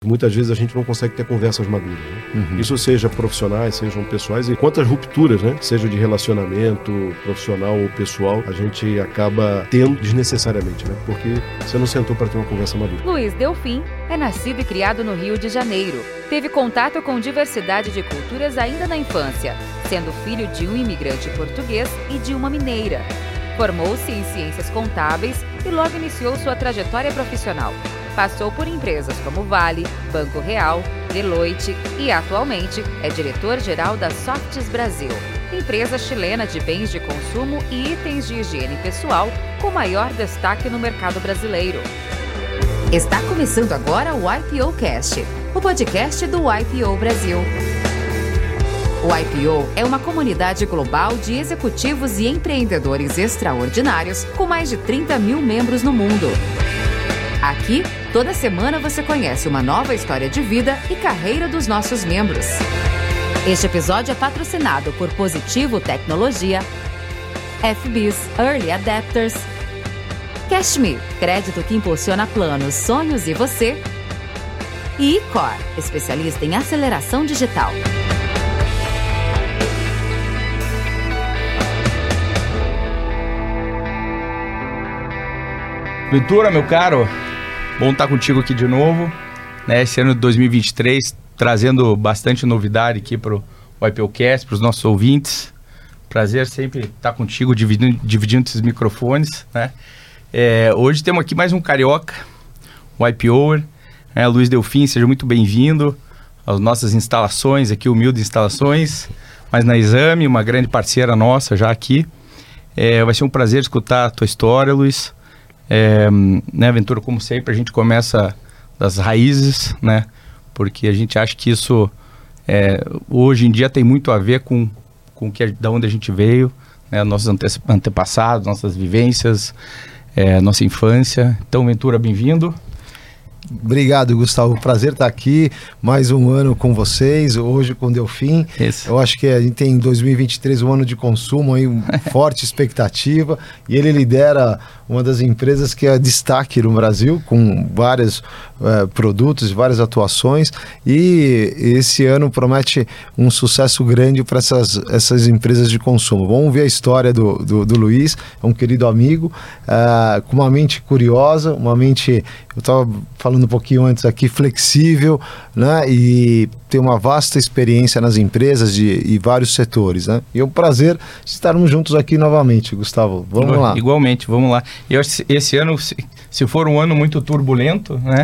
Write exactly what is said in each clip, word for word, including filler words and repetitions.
Muitas vezes a gente não consegue ter conversas maduras, né? Uhum. Isso seja profissionais, sejam pessoais, e quantas rupturas, né? Seja de relacionamento profissional ou pessoal, a gente acaba tendo desnecessariamente, né? Porque você não sentou para ter uma conversa madura. Luiz Delfim é nascido e criado no Rio de Janeiro. Teve contato com diversidade de culturas ainda na infância, sendo filho de um imigrante português e de uma mineira. Formou-se em ciências contábeis e logo iniciou sua trajetória profissional. Passou por empresas como Vale, Banco Real, Deloitte e atualmente é diretor-geral da Softs Brasil, empresa chilena de bens de consumo e itens de higiene pessoal com maior destaque no mercado brasileiro. Está começando agora o I P O Cast, o podcast do I P O Brasil. O I P O é uma comunidade global de executivos e empreendedores extraordinários com mais de trinta mil membros no mundo. Aqui, toda semana você conhece uma nova história de vida e carreira dos nossos membros. Este episódio é patrocinado por Positivo Tecnologia, F B I S Early Adapters, Cashme, crédito que impulsiona planos, sonhos e você, e eCore, especialista em aceleração digital. Ventura, meu caro, bom estar contigo aqui de novo, né? Esse ano de dois mil e vinte e três, trazendo bastante novidade aqui para o IPOcast, para os nossos ouvintes. Prazer sempre estar contigo, dividindo, dividindo esses microfones, né? É, hoje temos aqui mais um carioca, o IPOer, né? Luiz Delfim, seja muito bem-vindo às nossas instalações aqui, humildes instalações, mas na Exame, uma grande parceira nossa já aqui. É, vai ser um prazer escutar a tua história, Luiz. É, né, Ventura, como sempre, a gente começa das raízes, né? Porque a gente acha que isso é, hoje em dia tem muito a ver com, com que, da onde a gente veio, né? Nossos ante antepassados, nossas vivências, é, nossa infância. Então, Ventura, bem-vindo. Obrigado, Gustavo. Prazer estar aqui, mais um ano com vocês, hoje com o Delfim. Isso. Eu acho que a gente tem em dois mil e vinte e três um ano de consumo, aí, uma forte expectativa, e ele lidera uma das empresas que é destaque no Brasil, com vários é, produtos, várias atuações, e esse ano promete um sucesso grande para essas, essas empresas de consumo. Vamos ver a história do, do, do Luiz, é um querido amigo, é, com uma mente curiosa, uma mente, eu estava falando um pouquinho antes aqui, flexível, né? E tem uma vasta experiência nas empresas de, e vários setores, né? E é um prazer estarmos juntos aqui novamente, Gustavo. Vamos Igual, lá. Igualmente, vamos lá. Eu acho que esse ano, se, se for um ano muito turbulento, né?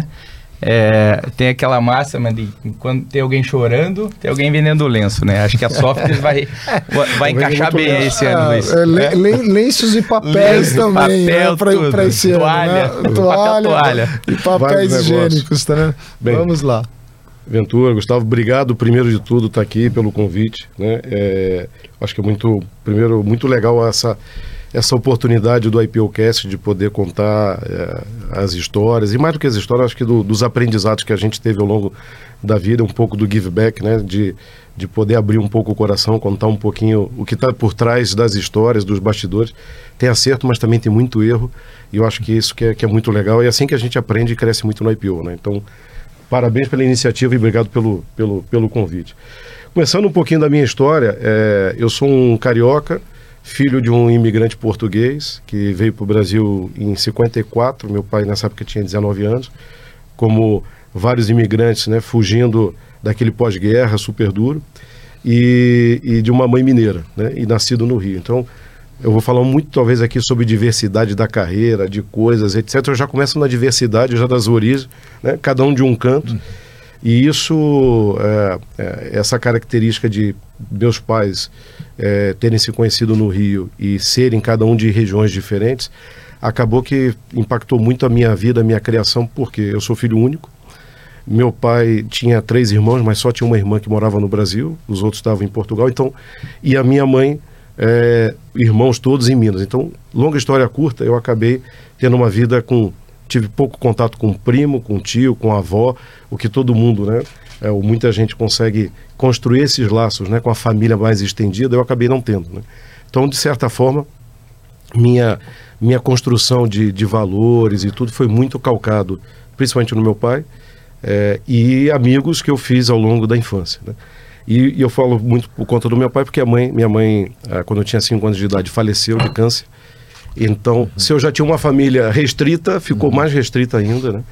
É, tem aquela máxima de quando tem alguém chorando, tem alguém vendendo lenço, né? Acho que a Softs vai, vai encaixar bem lenço. Esse ano, Luiz. É, é, é. Lenços e papéis lenço, também, papel, né? Para esse toalha, ano, né? Toalha, toalha e papéis higiênicos, tá, né? Bem, vamos lá. Ventura, Gustavo, obrigado primeiro de tudo estar aqui pelo convite, né? É, acho que é muito, primeiro, muito legal essa essa oportunidade do IPOcast de poder contar é, as histórias, e mais do que as histórias, acho que do, dos aprendizados que a gente teve ao longo da vida, um pouco do give back, né? De, de poder abrir um pouco o coração, contar um pouquinho o que está por trás das histórias, dos bastidores. Tem acerto, mas também tem muito erro, e eu acho que isso que é, que é muito legal, e é assim que a gente aprende e cresce muito no I P O, né? Então, parabéns pela iniciativa e obrigado pelo, pelo, pelo convite. Começando um pouquinho da minha história, é, eu sou um carioca, filho de um imigrante português que veio para o Brasil em cinquenta e quatro, meu pai nessa época tinha dezenove anos, como vários imigrantes, né, fugindo daquele pós-guerra super duro, e, e de uma mãe mineira, né, e nascido no Rio. Então, eu vou falar muito talvez aqui sobre diversidade da carreira, de coisas, etcétera. Eu já começo na diversidade, já das origens, né, cada um de um canto, hum. E isso, é, é, essa característica de meus pais é, terem se conhecido no Rio e serem cada um de regiões diferentes, acabou que impactou muito a minha vida, a minha criação, porque eu sou filho único. Meu pai tinha três irmãos, mas só tinha uma irmã que morava no Brasil, os outros estavam em Portugal, então, e a minha mãe, é, irmãos todos em Minas. Então, longa história curta, eu acabei tendo uma vida com... Tive pouco contato com o primo, com o tio, com a avó, o que todo mundo, né? É, ou muita gente consegue construir esses laços, né, com a família mais estendida, eu acabei não tendo, né? Então, de certa forma, minha, minha construção de, de valores e tudo foi muito calcado, principalmente no meu pai, é, e amigos que eu fiz ao longo da infância, né? E, e eu falo muito por conta do meu pai, porque a mãe, minha mãe, ah, quando eu tinha cinco anos de idade, faleceu de câncer. Então, uhum. se eu já tinha uma família restrita, ficou uhum. mais restrita ainda, né?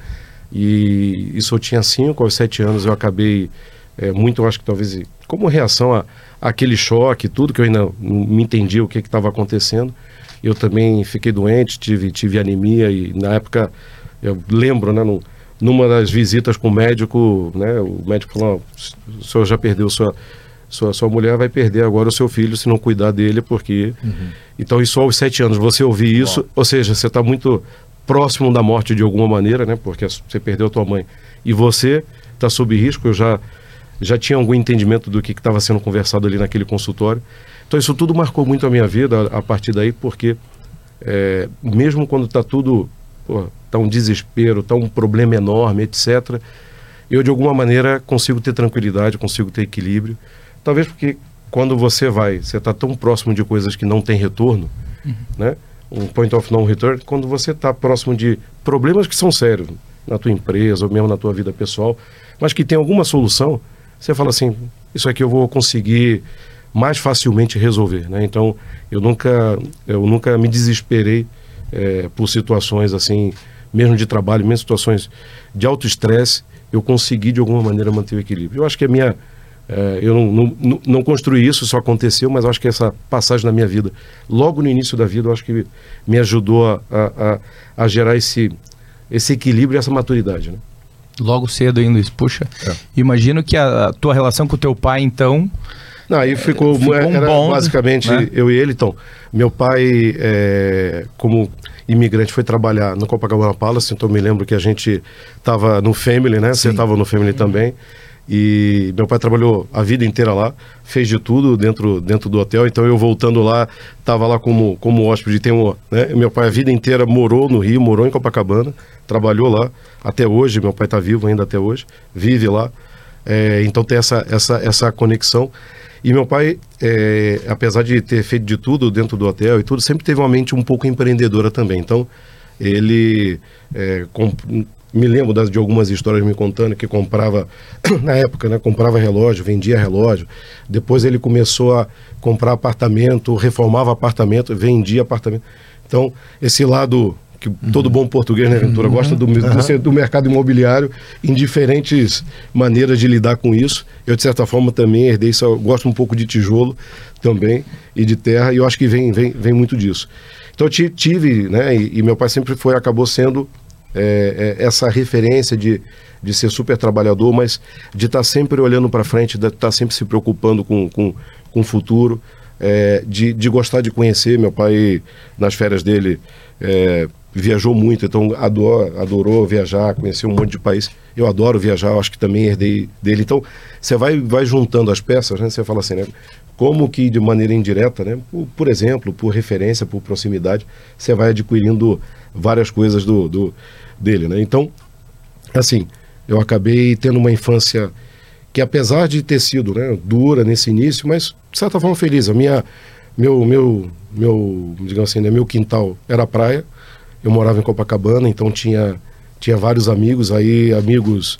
E isso eu tinha cinco, aos sete anos eu acabei é, muito, eu acho que talvez como reação a, a aquele choque, tudo que eu ainda não me entendia o que estava acontecendo. Eu também fiquei doente, tive, tive anemia e na época, eu lembro, né, no, numa das visitas com o médico, né, o médico falou, o senhor já perdeu sua, sua, sua mulher, vai perder agora o seu filho se não cuidar dele, porque... Uhum. Então isso aos sete anos, você ouvir isso, Uau. Ou seja, você está muito próximo da morte de alguma maneira, né, porque você perdeu a tua mãe e você está sob risco. Eu já, já tinha algum entendimento do que estava sendo conversado ali naquele consultório. Então isso tudo marcou muito a minha vida a, a partir daí, porque é, mesmo quando está tudo, está um desespero, está um problema enorme, etcétera, eu de alguma maneira consigo ter tranquilidade, consigo ter equilíbrio. Talvez porque quando você vai, você está tão próximo de coisas que não tem retorno, uhum. né? Um point of no return, quando você está próximo de problemas que são sérios na tua empresa ou mesmo na tua vida pessoal, mas que tem alguma solução, você fala assim, isso aqui eu vou conseguir mais facilmente resolver, né? Então eu nunca, eu nunca me desesperei é, por situações assim, mesmo de trabalho, mesmo situações de alto estresse, eu consegui de alguma maneira manter o equilíbrio. Eu acho que a minha É, eu não, não, não construí isso, isso aconteceu, mas eu acho que essa passagem na minha vida, logo no início da vida, eu acho que me ajudou a, a, a gerar esse, esse equilíbrio e essa maturidade, né? Logo cedo ainda isso, puxa. É. Imagino que a, a tua relação com o teu pai, então... Não, aí ficou, ficou era, um bom, basicamente, né? Eu e ele, então. Meu pai, é, como imigrante, foi trabalhar no Copacabana Palace, então eu me lembro que a gente estava no Family, né? Sim. Você estava no Family uhum. também. E meu pai trabalhou a vida inteira lá, fez de tudo dentro, dentro do hotel. Então eu voltando lá, estava lá como, como hóspede. Tem um, né? Meu pai a vida inteira morou no Rio, morou em Copacabana, trabalhou lá até hoje. Meu pai está vivo ainda até hoje, vive lá. É, então tem essa, essa, essa conexão. E meu pai, é, apesar de ter feito de tudo dentro do hotel e tudo, sempre teve uma mente um pouco empreendedora também. Então ele... É, comp... me lembro das, de algumas histórias me contando que comprava, na época, né, comprava relógio, vendia relógio. Depois ele começou a comprar apartamento, reformava apartamento, vendia apartamento. Então, esse lado que uhum. todo bom português, né, Ventura, uhum. gosta do, do, uhum. do mercado imobiliário em diferentes maneiras de lidar com isso. Eu, de certa forma, também herdei isso. Eu gosto um pouco de tijolo também e de terra, e eu acho que vem, vem, vem muito disso. Então, eu tive, né, e, e meu pai sempre foi, acabou sendo... É, é, essa referência de, de ser super trabalhador, mas de estar tá sempre olhando para frente, de estar tá sempre se preocupando com, com, com o futuro, é, de, de gostar de conhecer. Meu pai, nas férias dele, é, viajou muito, então adorou, adorou viajar, conheceu um monte de país. Eu adoro viajar, eu acho que também herdei dele. Então, você vai, vai juntando as peças, né? Você fala assim, né? Como que de maneira indireta, né? Por, por exemplo, por referência, por proximidade, você vai adquirindo várias coisas do, do, dele, né? Então, assim, eu acabei tendo uma infância que, apesar de ter sido, né, dura nesse início, mas de certa forma feliz. A minha, meu, meu, meu, digamos assim, né, meu quintal era a praia. Eu morava em Copacabana, então tinha, tinha vários amigos aí, amigos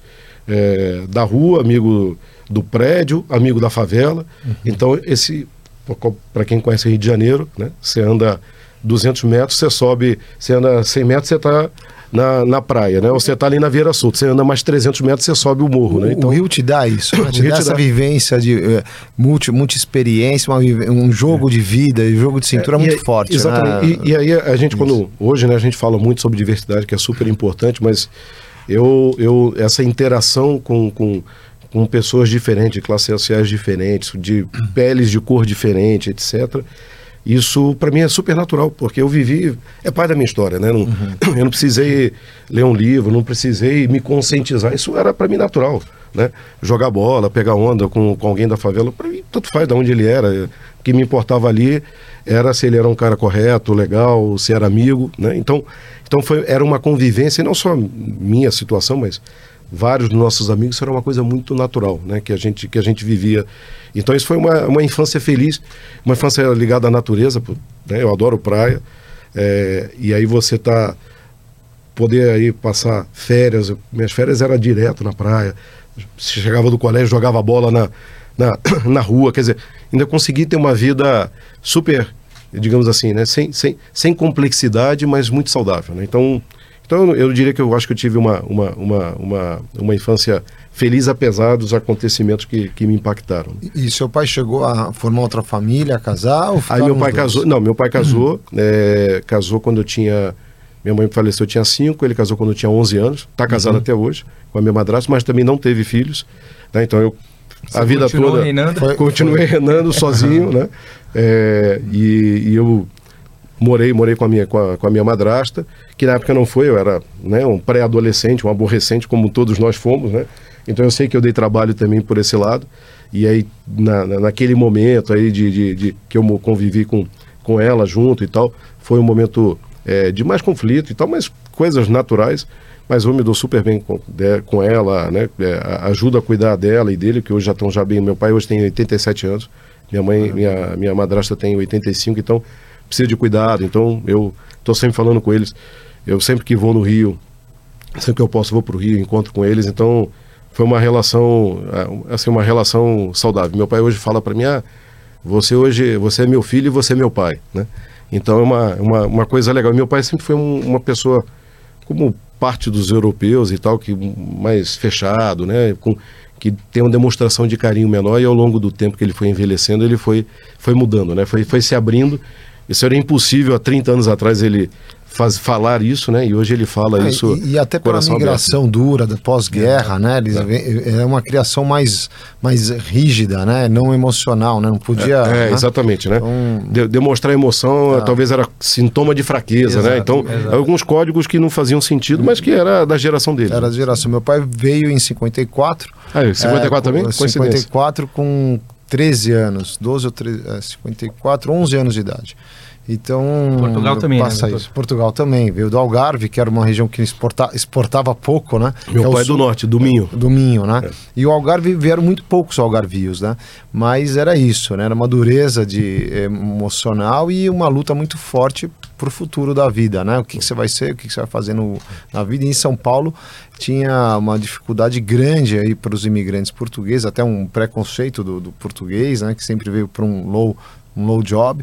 é, da rua, amigo do prédio, amigo da favela. Uhum. Então, esse, para quem conhece Rio de Janeiro, né, você anda duzentos metros, você sobe, você anda cem metros, você está na, na praia, né? Ou você está ali na Vieira Solto, você anda mais trezentos metros, você sobe o morro, né? Então, o Rio te dá isso, né? te dá te essa dá... vivência de uh, multi, multi experiência, uma, um jogo é. de vida, um jogo de cintura é, muito e, forte. Exatamente. Né? E, e aí a gente, isso. quando hoje, né, a gente fala muito sobre diversidade, que é super importante, mas eu, eu essa interação com, com, com pessoas diferentes, de classes sociais diferentes, de peles de cor diferente, etcétera, isso para mim é super natural, porque eu vivi, é parte da minha história, né? Não, uhum. Eu não precisei ler um livro, não precisei me conscientizar, isso era para mim natural, né? Jogar bola, pegar onda com, com alguém da favela, para mim tanto faz de onde ele era, o que me importava ali era se ele era um cara correto, legal, se era amigo, né? Então, então foi, era uma convivência, e não só minha situação, mas vários dos nossos amigos, isso era uma coisa muito natural, né? Que a gente, que a gente vivia. Então isso foi uma, uma infância feliz, uma infância ligada à natureza, né? Eu adoro praia, é, e aí você está poder aí passar férias. Minhas férias eram direto na praia. Se chegava do colégio, jogava bola na, na, na rua. Quer dizer, ainda consegui ter uma vida super, digamos assim, né? Sem, sem, sem complexidade, mas muito saudável, né? Então, então eu, eu diria que eu acho que eu tive uma, uma, uma, uma, uma infância feliz, apesar dos acontecimentos que, que me impactaram. E, e seu pai chegou a formar outra família, a casar? Ou Aí meu pai casou, não, meu pai casou, uhum. é, casou quando eu tinha, minha mãe faleceu, eu tinha cinco, ele casou quando eu tinha onze anos, está casado uhum. até hoje, com a minha madrasta, mas também não teve filhos, né? Então eu, Você a vida toda, reinando? Foi, continuei foi. reinando sozinho, né? É, e, e eu morei, morei com a minha, com a, com a minha madrasta, que na época não foi, eu era, né, um pré-adolescente, um aborrecente, como todos nós fomos, né? Então eu sei que eu dei trabalho também por esse lado, e aí na, na, naquele momento aí de, de, de que eu convivi com, com ela junto e tal, foi um momento é, de mais conflito e tal, mas coisas naturais, mas eu me dou super bem com, de, com ela, né? É, ajuda a cuidar dela e dele, que hoje já estão já bem, meu pai hoje tem oitenta e sete anos, minha mãe, minha, minha madrasta tem oitenta e cinco, então precisa de cuidado, então eu estou sempre falando com eles, eu sempre que vou no Rio, sempre que eu posso vou para o Rio, encontro com eles, então foi uma relação, assim, uma relação saudável. Meu pai hoje fala para mim, ah, você hoje, você é meu filho e você é meu pai, né? Então é uma, uma, uma coisa legal. Meu pai sempre foi um, uma pessoa, como parte dos europeus e tal, que mais fechado, né? Com, que tem uma demonstração de carinho menor, e ao longo do tempo que ele foi envelhecendo, ele foi, foi mudando, né? Foi, foi se abrindo. Isso era impossível há trinta anos atrás ele faz, falar isso, né? E hoje ele fala é, isso. E, e até pela migração aberto. dura da pós-guerra, é, né? Eles, é. é uma criação mais, mais rígida, né? Não emocional, né? Não podia... É, é né? exatamente, né? Então, de, demonstrar emoção é. talvez era sintoma de fraqueza, exato, né? Então, exato. alguns códigos que não faziam sentido, mas que era da geração dele. Era da geração. Meu pai veio em cinquenta e quatro. Ah, cinquenta e quatro é, também? cinquenta e quatro com treze anos, doze ou treze, é, cinquenta e quatro, onze anos de idade. Então, Portugal também, passa né? isso. Portugal também, veio do Algarve, que era uma região que exporta, exportava pouco, né? Meu que pai é é do norte, do Minho. Do Minho, né? É. E o Algarve vieram muito poucos algarvios, né? Mas era isso, né? Era uma dureza de, emocional e uma luta muito forte para o futuro da vida, né? O que, que você vai ser, o que, que você vai fazer no, na vida. E em São Paulo tinha uma dificuldade grande aí para os imigrantes portugueses, até um preconceito do, do português, né? Que sempre veio para um low, um low job.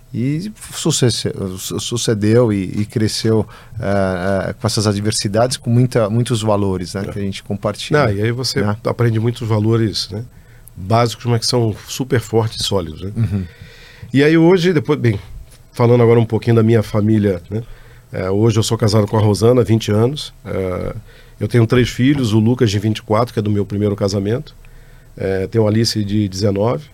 E sucedeu, sucedeu e, e cresceu uh, uh, com essas adversidades, com muita, muitos valores, né, é. que a gente compartilha. Não, e aí você né? aprende muitos valores, né, básicos, mas que são super fortes e sólidos. Né? Uhum. E aí hoje, depois, bem, falando agora um pouquinho da minha família, né, uh, hoje eu sou casado com a Rosana há vinte anos, uh, eu tenho três filhos, o Lucas de vinte e quatro, que é do meu primeiro casamento, uh, tenho a Alice de dezenove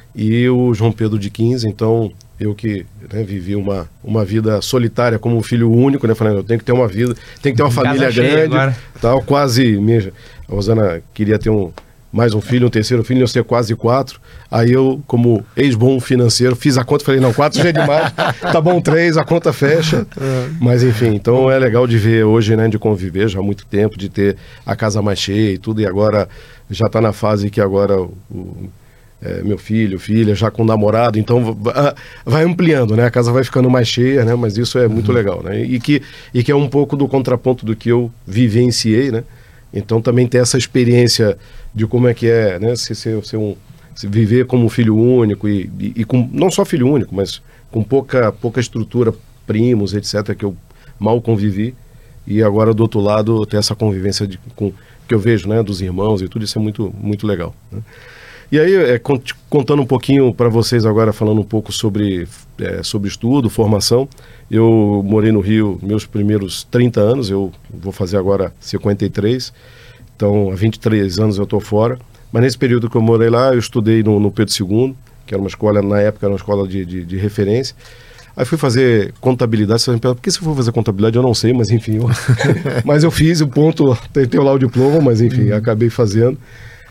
e o João Pedro de quinze, então... Eu que né, vivi uma, uma vida solitária como filho único, né? Falando, eu tenho que ter uma vida, tem que ter uma família grande, tal, quase mesmo. A Rosana queria ter um, mais um filho, um terceiro filho, eu ser quase quatro. Aí eu, como ex-bom financeiro, fiz a conta e falei, não, quatro já é demais, tá bom, três, a conta fecha. É. Mas enfim, então é legal de ver hoje, né, de conviver já há muito tempo, de ter a casa mais cheia e tudo, e agora já está na fase que agora o, o É, meu filho, filha, já com namorado, então vai ampliando, né? A casa vai ficando mais cheia, né? Mas isso é muito uhum. legal, né? E que, e que é um pouco do contraponto do que eu vivenciei, né? Então também ter essa experiência de como é que é, né? Se, se, se, um, se viver como filho único e, e, e com, não só filho único, mas com pouca, pouca estrutura, primos, etcétera, que eu mal convivi, e agora do outro lado ter essa convivência de, com, que eu vejo, né? Dos irmãos e tudo, isso é muito, muito legal, né? E aí, é, contando um pouquinho para vocês agora, falando um pouco sobre, é, sobre estudo, formação, eu morei no Rio meus primeiros trinta anos, eu vou fazer agora cinquenta e três, então há vinte e três anos eu estou fora, mas nesse período que eu morei lá, eu estudei no, no Pedro segundo, que era uma escola, na época era uma escola de, de, de referência, aí fui fazer contabilidade, você vai me perguntar, por que você foi fazer contabilidade? Eu não sei, mas enfim, eu... mas eu fiz, o ponto, tentei lá o diploma, mas enfim, uhum. acabei fazendo.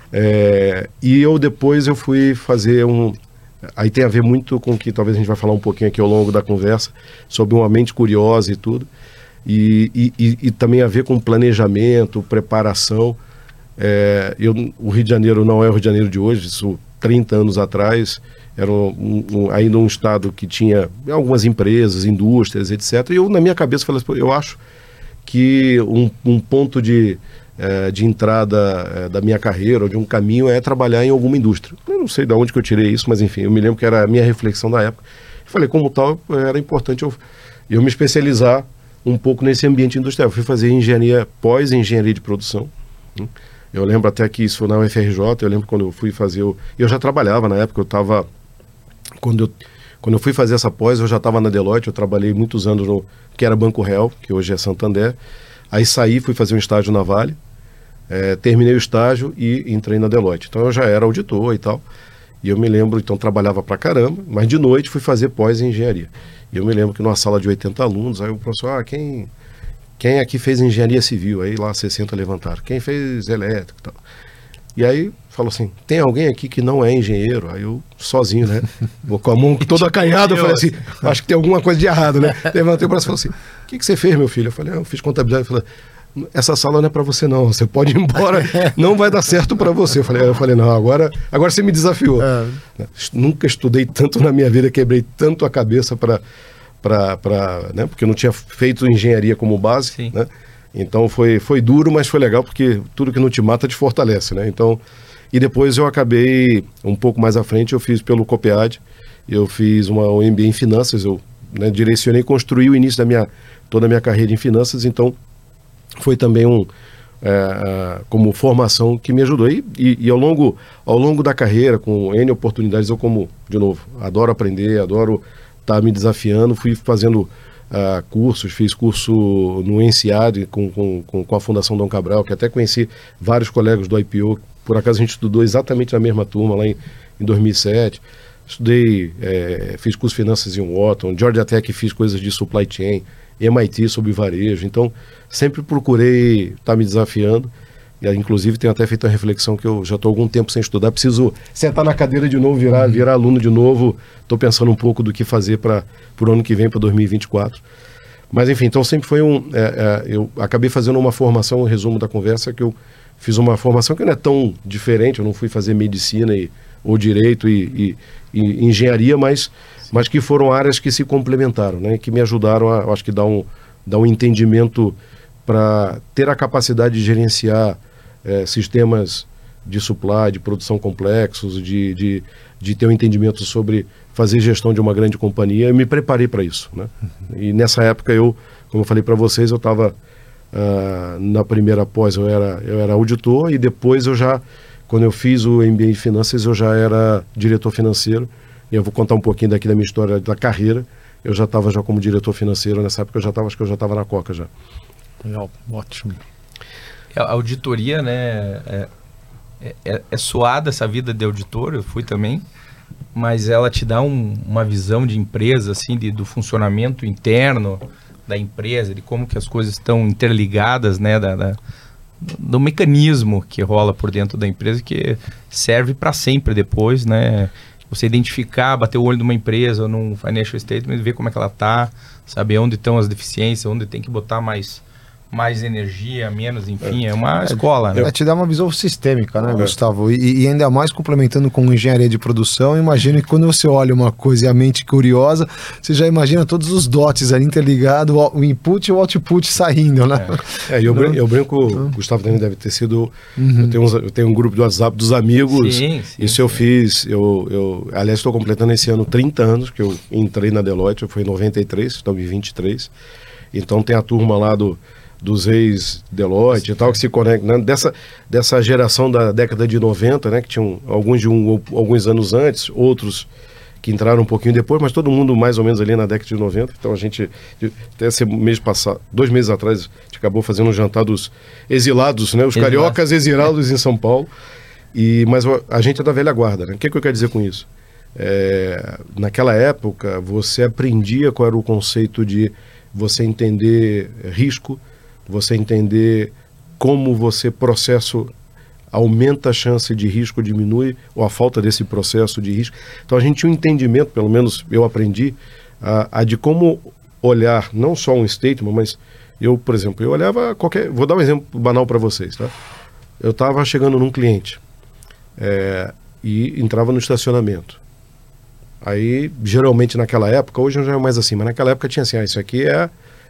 É, e eu depois eu fui fazer um... Aí tem a ver muito com o que talvez a gente vai falar um pouquinho aqui ao longo da conversa, sobre uma mente curiosa e tudo, e, e, e, e também a ver com planejamento, preparação. É, eu, o Rio de Janeiro não é o Rio de Janeiro de hoje, isso trinta anos atrás, era um, um, ainda um estado que tinha algumas empresas, indústrias, etcétera. E eu, na minha cabeça, falei assim, eu acho que um, um ponto de, é, de entrada é, da minha carreira, ou de um caminho, é trabalhar em alguma indústria. Eu não sei de onde que eu tirei isso, mas enfim, eu me lembro que era a minha reflexão da época. Eu falei, como tal, era importante eu, eu me especializar um pouco nesse ambiente industrial. Eu fui fazer engenharia, pós-engenharia de produção. Eu lembro até que isso foi na U F R J, eu lembro quando eu fui fazer... O, eu já trabalhava na época, eu estava... Quando eu, quando eu fui fazer essa pós, eu já estava na Deloitte, eu trabalhei muitos anos no... que era Banco Real, que hoje é Santander. Aí saí, fui fazer um estágio na Vale, é, terminei o estágio e entrei na Deloitte. Então eu já era auditor e tal. E eu me lembro, então trabalhava pra caramba, mas de noite fui fazer pós em engenharia. E eu me lembro que numa sala de oitenta alunos, aí o professor, ah, quem, quem aqui fez engenharia civil? Aí lá sessenta levantaram. Quem fez elétrico e tal? E aí falou assim, tem alguém aqui que não é engenheiro? Aí eu, sozinho, né? Vou com a mão toda acanhada, eu falei assim, acho que tem alguma coisa de errado, né? Levantei o braço e falei assim, o que, que você fez, meu filho? Eu falei, ah, eu fiz contabilidade. Eu falei, essa sala não é para você não, você pode ir embora, não vai dar certo para você. Eu falei, eu falei, não, agora, agora você me desafiou. É. Nunca estudei tanto na minha vida, quebrei tanto a cabeça para, para, né, porque eu não tinha feito engenharia como base, Sim. né? Então foi, foi duro, mas foi legal, porque tudo que não te mata te fortalece, né? Então, e depois eu acabei, um pouco mais à frente, eu fiz pelo COPEAD, eu fiz uma M B A em finanças, eu né, direcionei, construí o início da minha, toda a minha carreira em finanças, então foi também um, é, como formação que me ajudou. E, e, e ao, longo, ao longo da carreira, com N oportunidades, eu como, de novo, adoro aprender, adoro estar me desafiando, fui fazendo uh, cursos, fiz curso no ENSEAD com, com, com, com a Fundação Dom Cabral, que até conheci vários colegas do I P O, por acaso a gente estudou exatamente na mesma turma lá em, em dois mil e sete. Estudei, é, fiz curso de finanças em Wharton, Georgia Tech, fiz coisas de supply chain, M I T sobre varejo, então sempre procurei estar me desafiando, e inclusive tenho até feito a reflexão que eu já estou há algum tempo sem estudar, preciso sentar na cadeira de novo, virar, virar aluno de novo, estou pensando um pouco do que fazer para o ano que vem, para dois mil e vinte e quatro, mas enfim, então sempre foi um, é, é, eu acabei fazendo uma formação, um resumo da conversa, que eu fiz uma formação que não é tão diferente, eu não fui fazer medicina e, ou direito e, e, e engenharia, mas mas que foram áreas que se complementaram, né, que me ajudaram a, acho que, dar um, dar um entendimento para ter a capacidade de gerenciar é, sistemas de supply, de produção complexos, de, de, de ter um entendimento sobre fazer gestão de uma grande companhia. Eu me preparei para isso, né? E nessa época eu, como eu falei para vocês, eu estava uh, na primeira pós, eu era, eu era auditor, e depois eu já, quando eu fiz o M B A em finanças, eu já era diretor financeiro. E eu vou contar um pouquinho daqui da minha história da carreira. Eu já estava já como diretor financeiro nessa época, eu já estava, acho que eu já estava na Coca já. Legal, ótimo. A auditoria, né, é, é, é suada essa vida de auditor, eu fui também, mas ela te dá um, uma visão de empresa, assim, de, do funcionamento interno da empresa, de como que as coisas estão interligadas, né, da, da, do mecanismo que rola por dentro da empresa, que serve para sempre depois, né? Você identificar, bater o olho numa empresa, num financial statement, ver como é que ela está, saber onde estão as deficiências, onde tem que botar mais, mais energia, menos, enfim, é, é uma é, escola, né? É, te dá uma visão sistêmica, né, é. Gustavo? E, e ainda mais complementando com engenharia de produção, imagino que quando você olha uma coisa e a mente curiosa, você já imagina todos os dots ali interligados, o input e o output saindo, né? É, é eu, brinco, eu brinco, o Gustavo também deve ter sido, uhum. eu, tenho uns, eu tenho um grupo do WhatsApp dos amigos, sim, sim, isso sim. eu fiz, eu, eu aliás estou completando esse ano trinta anos, que eu entrei na Deloitte, eu fui em noventa e três, estou em vinte e três, então tem a turma lá do dos ex-Deloitte e tal, que se conectam, né? dessa, dessa geração da década de noventa, né? Que tinham alguns de um, alguns anos antes, outros que entraram um pouquinho depois, mas todo mundo mais ou menos ali na década de noventa. Então a gente, até esse mês passado, dois meses atrás, a gente acabou fazendo um jantar dos exilados, né? Os Exilado. Cariocas exilados em São Paulo. E, mas a gente é da velha guarda, né? O que, que eu quero dizer com isso? É, naquela época, você aprendia qual era o conceito de você entender risco, você entender como você processo aumenta a chance de risco, diminui, ou a falta desse processo de risco. Então a gente tinha um entendimento, pelo menos eu aprendi, a, a de como olhar não só um statement, mas eu, por exemplo, eu olhava qualquer... Vou dar um exemplo banal para vocês, tá? Eu estava chegando num cliente é, e entrava no estacionamento. Aí, geralmente naquela época, hoje já é mais assim, mas naquela época tinha assim, ah, isso aqui é,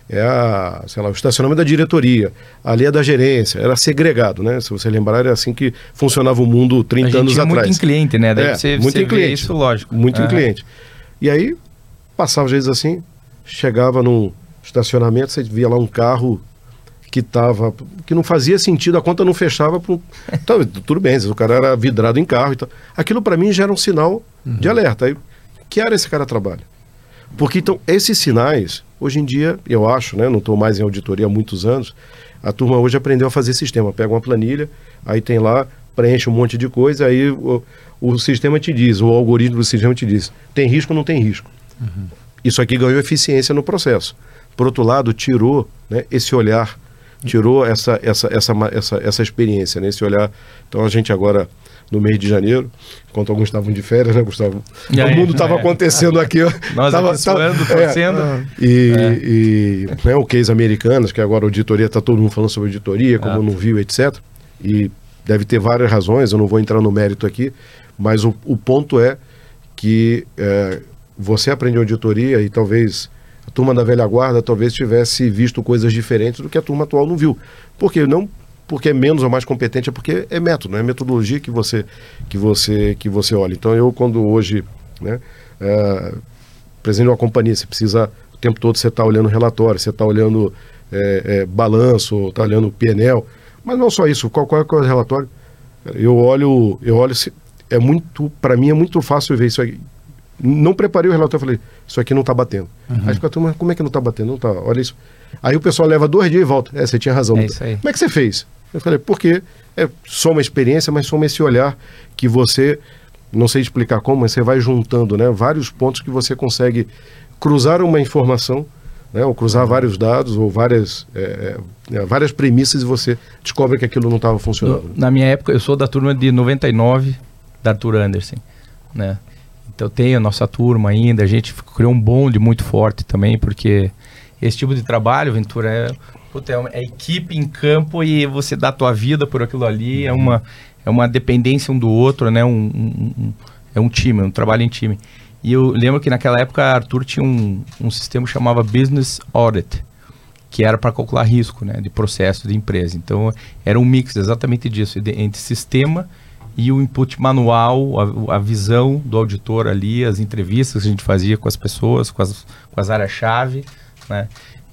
é a, sei lá, o estacionamento da diretoria, ali é da gerência, era segregado, né? Se você lembrar, era assim que funcionava o mundo trinta anos atrás. Muito em cliente, né? Deve é, ser, muito você em cliente. Isso, lógico. Muito uhum. em cliente. E aí, passava às vezes assim, chegava num estacionamento, você via lá um carro que tava, que não fazia sentido, a conta não fechava. Pro... Então, tudo bem, o cara era vidrado em carro e tal. Aquilo para mim já era um sinal uhum. de alerta. Aí, que área esse cara trabalha? Porque então, esses sinais, hoje em dia, eu acho, né, não estou mais em auditoria há muitos anos, a turma hoje aprendeu a fazer sistema. Pega uma planilha, aí tem lá, preenche um monte de coisa, aí o, o sistema te diz, o algoritmo do sistema te diz, tem risco ou não tem risco. Uhum. Isso aqui ganhou eficiência no processo. Por outro lado, tirou, né, esse olhar, tirou essa, essa, essa, essa, essa experiência, né, esse olhar. Então a gente agora, no mês de janeiro, enquanto alguns estavam de férias, né, Gustavo? E o aí, mundo estava é. acontecendo aqui. Ó, Nós tava, aqui suando, torcendo. É, e é. e né, o case Americanas, que agora a auditoria, está todo mundo falando sobre auditoria, como ah. não viu, etcétera. E deve ter várias razões, eu não vou entrar no mérito aqui, mas o, o ponto é que é, você aprende auditoria e talvez a turma da velha guarda talvez tivesse visto coisas diferentes do que a turma atual não viu. Por quê? Não porque é menos ou mais competente, é porque é método, é metodologia que você, que você, que você olha. Então eu, quando hoje, né, é, presidente de uma companhia, você precisa, o tempo todo você está olhando relatório, você está olhando é, é, balanço, está olhando P and L, mas não só isso, qual, qual é o relatório? Eu olho, eu olho, é muito, para mim é muito fácil ver isso aí. Não preparei o relatório, falei, isso aqui não está batendo. Uhum. Aí fica a turma, como é que não está batendo? Não tá, olha isso. Aí o pessoal leva dois dias e volta. É, você tinha razão. É isso aí. Como é que você fez? Eu falei, porque é só uma experiência, mas só esse olhar que você, não sei explicar como, mas você vai juntando, né, vários pontos que você consegue cruzar uma informação, né, ou cruzar uhum. vários dados, ou várias, é, é, várias premissas, e você descobre que aquilo não estava funcionando. No, na minha época, eu sou da turma de noventa e nove, da Arthur Andersen, né? Então tem a nossa turma ainda, a gente criou um bonde muito forte também, porque esse tipo de trabalho, Ventura, é, puta, é, uma, é equipe em campo e você dá a tua vida por aquilo ali, é uma, é uma dependência um do outro, né? Um, um, um, é um time, um trabalho em time. E eu lembro que naquela época a Arthur tinha um, um sistema que chamava Business Audit, que era para calcular risco, né, de processo de empresa. Então era um mix exatamente disso, de, entre sistema e o input manual, a, a visão do auditor ali, as entrevistas que a gente fazia com as pessoas, com as, com as áreas-chave, né?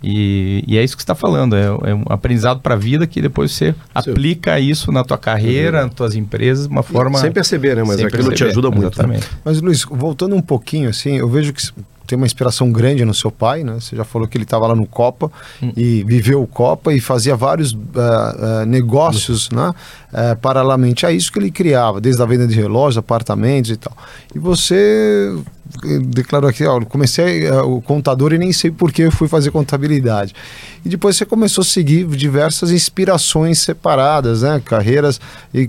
E, e é isso que você está falando, é, é um aprendizado para a vida que depois você Sim. aplica isso na tua carreira, nas tuas empresas, de uma forma... Sem perceber, né? Mas aquilo perceber. te ajuda muito. Exatamente. Né? Mas, Luiz, voltando um pouquinho, assim, eu vejo que tem uma inspiração grande no seu pai, né? Você já falou que ele estava lá no Copa hum. e viveu o Copa e fazia vários uh, uh, negócios, hum. né? Uh, paralelamente a isso que ele criava, desde a venda de relógios, apartamentos e tal. E você declarou aqui, ó, comecei uh, o contador e nem sei por que eu fui fazer contabilidade. E depois você começou a seguir diversas inspirações separadas, né? Carreiras e,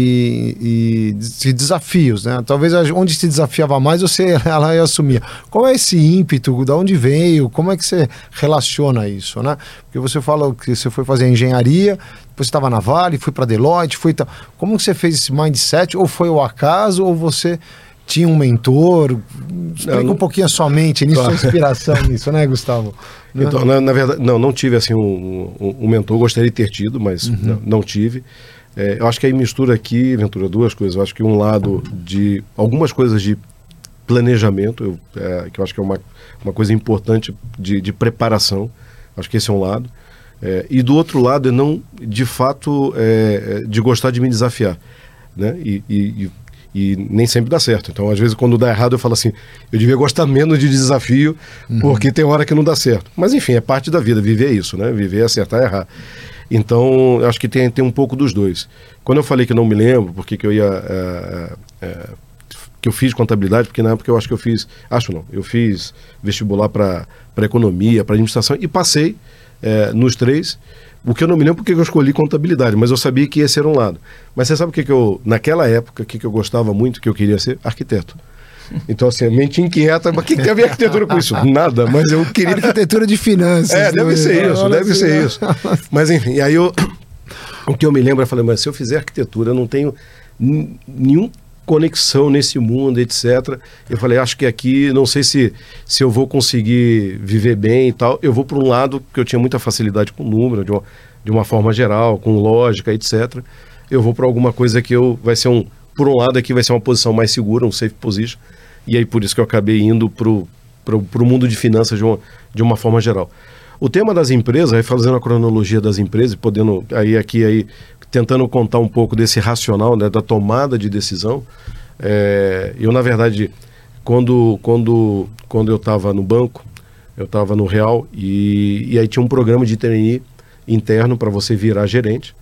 e, e desafios, né? Talvez onde se desafiava mais, você lá ia assumir. Qual é esse ímpeto? De onde veio? Como é que você relaciona isso, né? Porque você fala que você foi fazer engenharia, depois você estava na Vale, foi para Deloitte, foi tal. Como que você fez esse mindset? Ou foi o acaso, ou você tinha um mentor? Explica não, um pouquinho a sua mente nisso, claro. Sua inspiração nisso, né, Gustavo? Então, na, na verdade, não, não tive assim um, um, um mentor, gostaria de ter tido, mas uhum. não, não tive. É, eu acho que aí mistura aqui, Ventura, duas coisas. Eu acho que um lado de algumas coisas de planejamento, eu, é, que eu acho que é uma, uma coisa importante de, de preparação, acho que esse é um lado. É, e do outro lado é não, de fato, é, de gostar de me desafiar, né? E, e, e nem sempre dá certo. Então, às vezes, quando dá errado, eu falo assim, eu devia gostar menos de desafio, uhum. porque tem hora que não dá certo. Mas, enfim, é parte da vida, viver é isso, né? Viver é acertar e errar. Então, eu acho que tem, tem um pouco dos dois. Quando eu falei que não me lembro, porque que eu ia... É, é, que eu fiz contabilidade, porque na época eu acho que eu fiz... Acho não, eu fiz vestibular para economia, para administração, e passei é, nos três. O que eu não me lembro porque eu escolhi contabilidade, mas eu sabia que esse era um lado. Mas você sabe o que, que eu, naquela época, o que, que eu gostava muito, que eu queria ser? Arquiteto. Então, assim, a mente inquieta, mas o que, que tem a ver arquitetura com isso? Nada, mas eu queria... Arquitetura de finanças. É, deve ser isso, deve ser isso. Mas, enfim, e aí eu... O que eu me lembro, eu falei, mas se eu fizer arquitetura, eu não tenho n- nenhum conexão nesse mundo, etcétera. Eu falei, acho que aqui, não sei se, se eu vou conseguir viver bem e tal. Eu vou para um lado, porque eu tinha muita facilidade com número, de uma, de uma forma geral, com lógica, etcétera. Eu vou para alguma coisa que eu, vai ser um, por um lado aqui vai ser uma posição mais segura, um safe position. E aí por isso que eu acabei indo para o mundo de finanças de uma, de uma forma geral. O tema das empresas, aí fazendo a cronologia das empresas, podendo, aí aqui, aí, tentando contar um pouco desse racional, né, da tomada de decisão. É, eu, na verdade, quando, quando, quando eu estava no banco, eu estava no Real, e, e aí tinha um programa de trainee interno para você virar gerente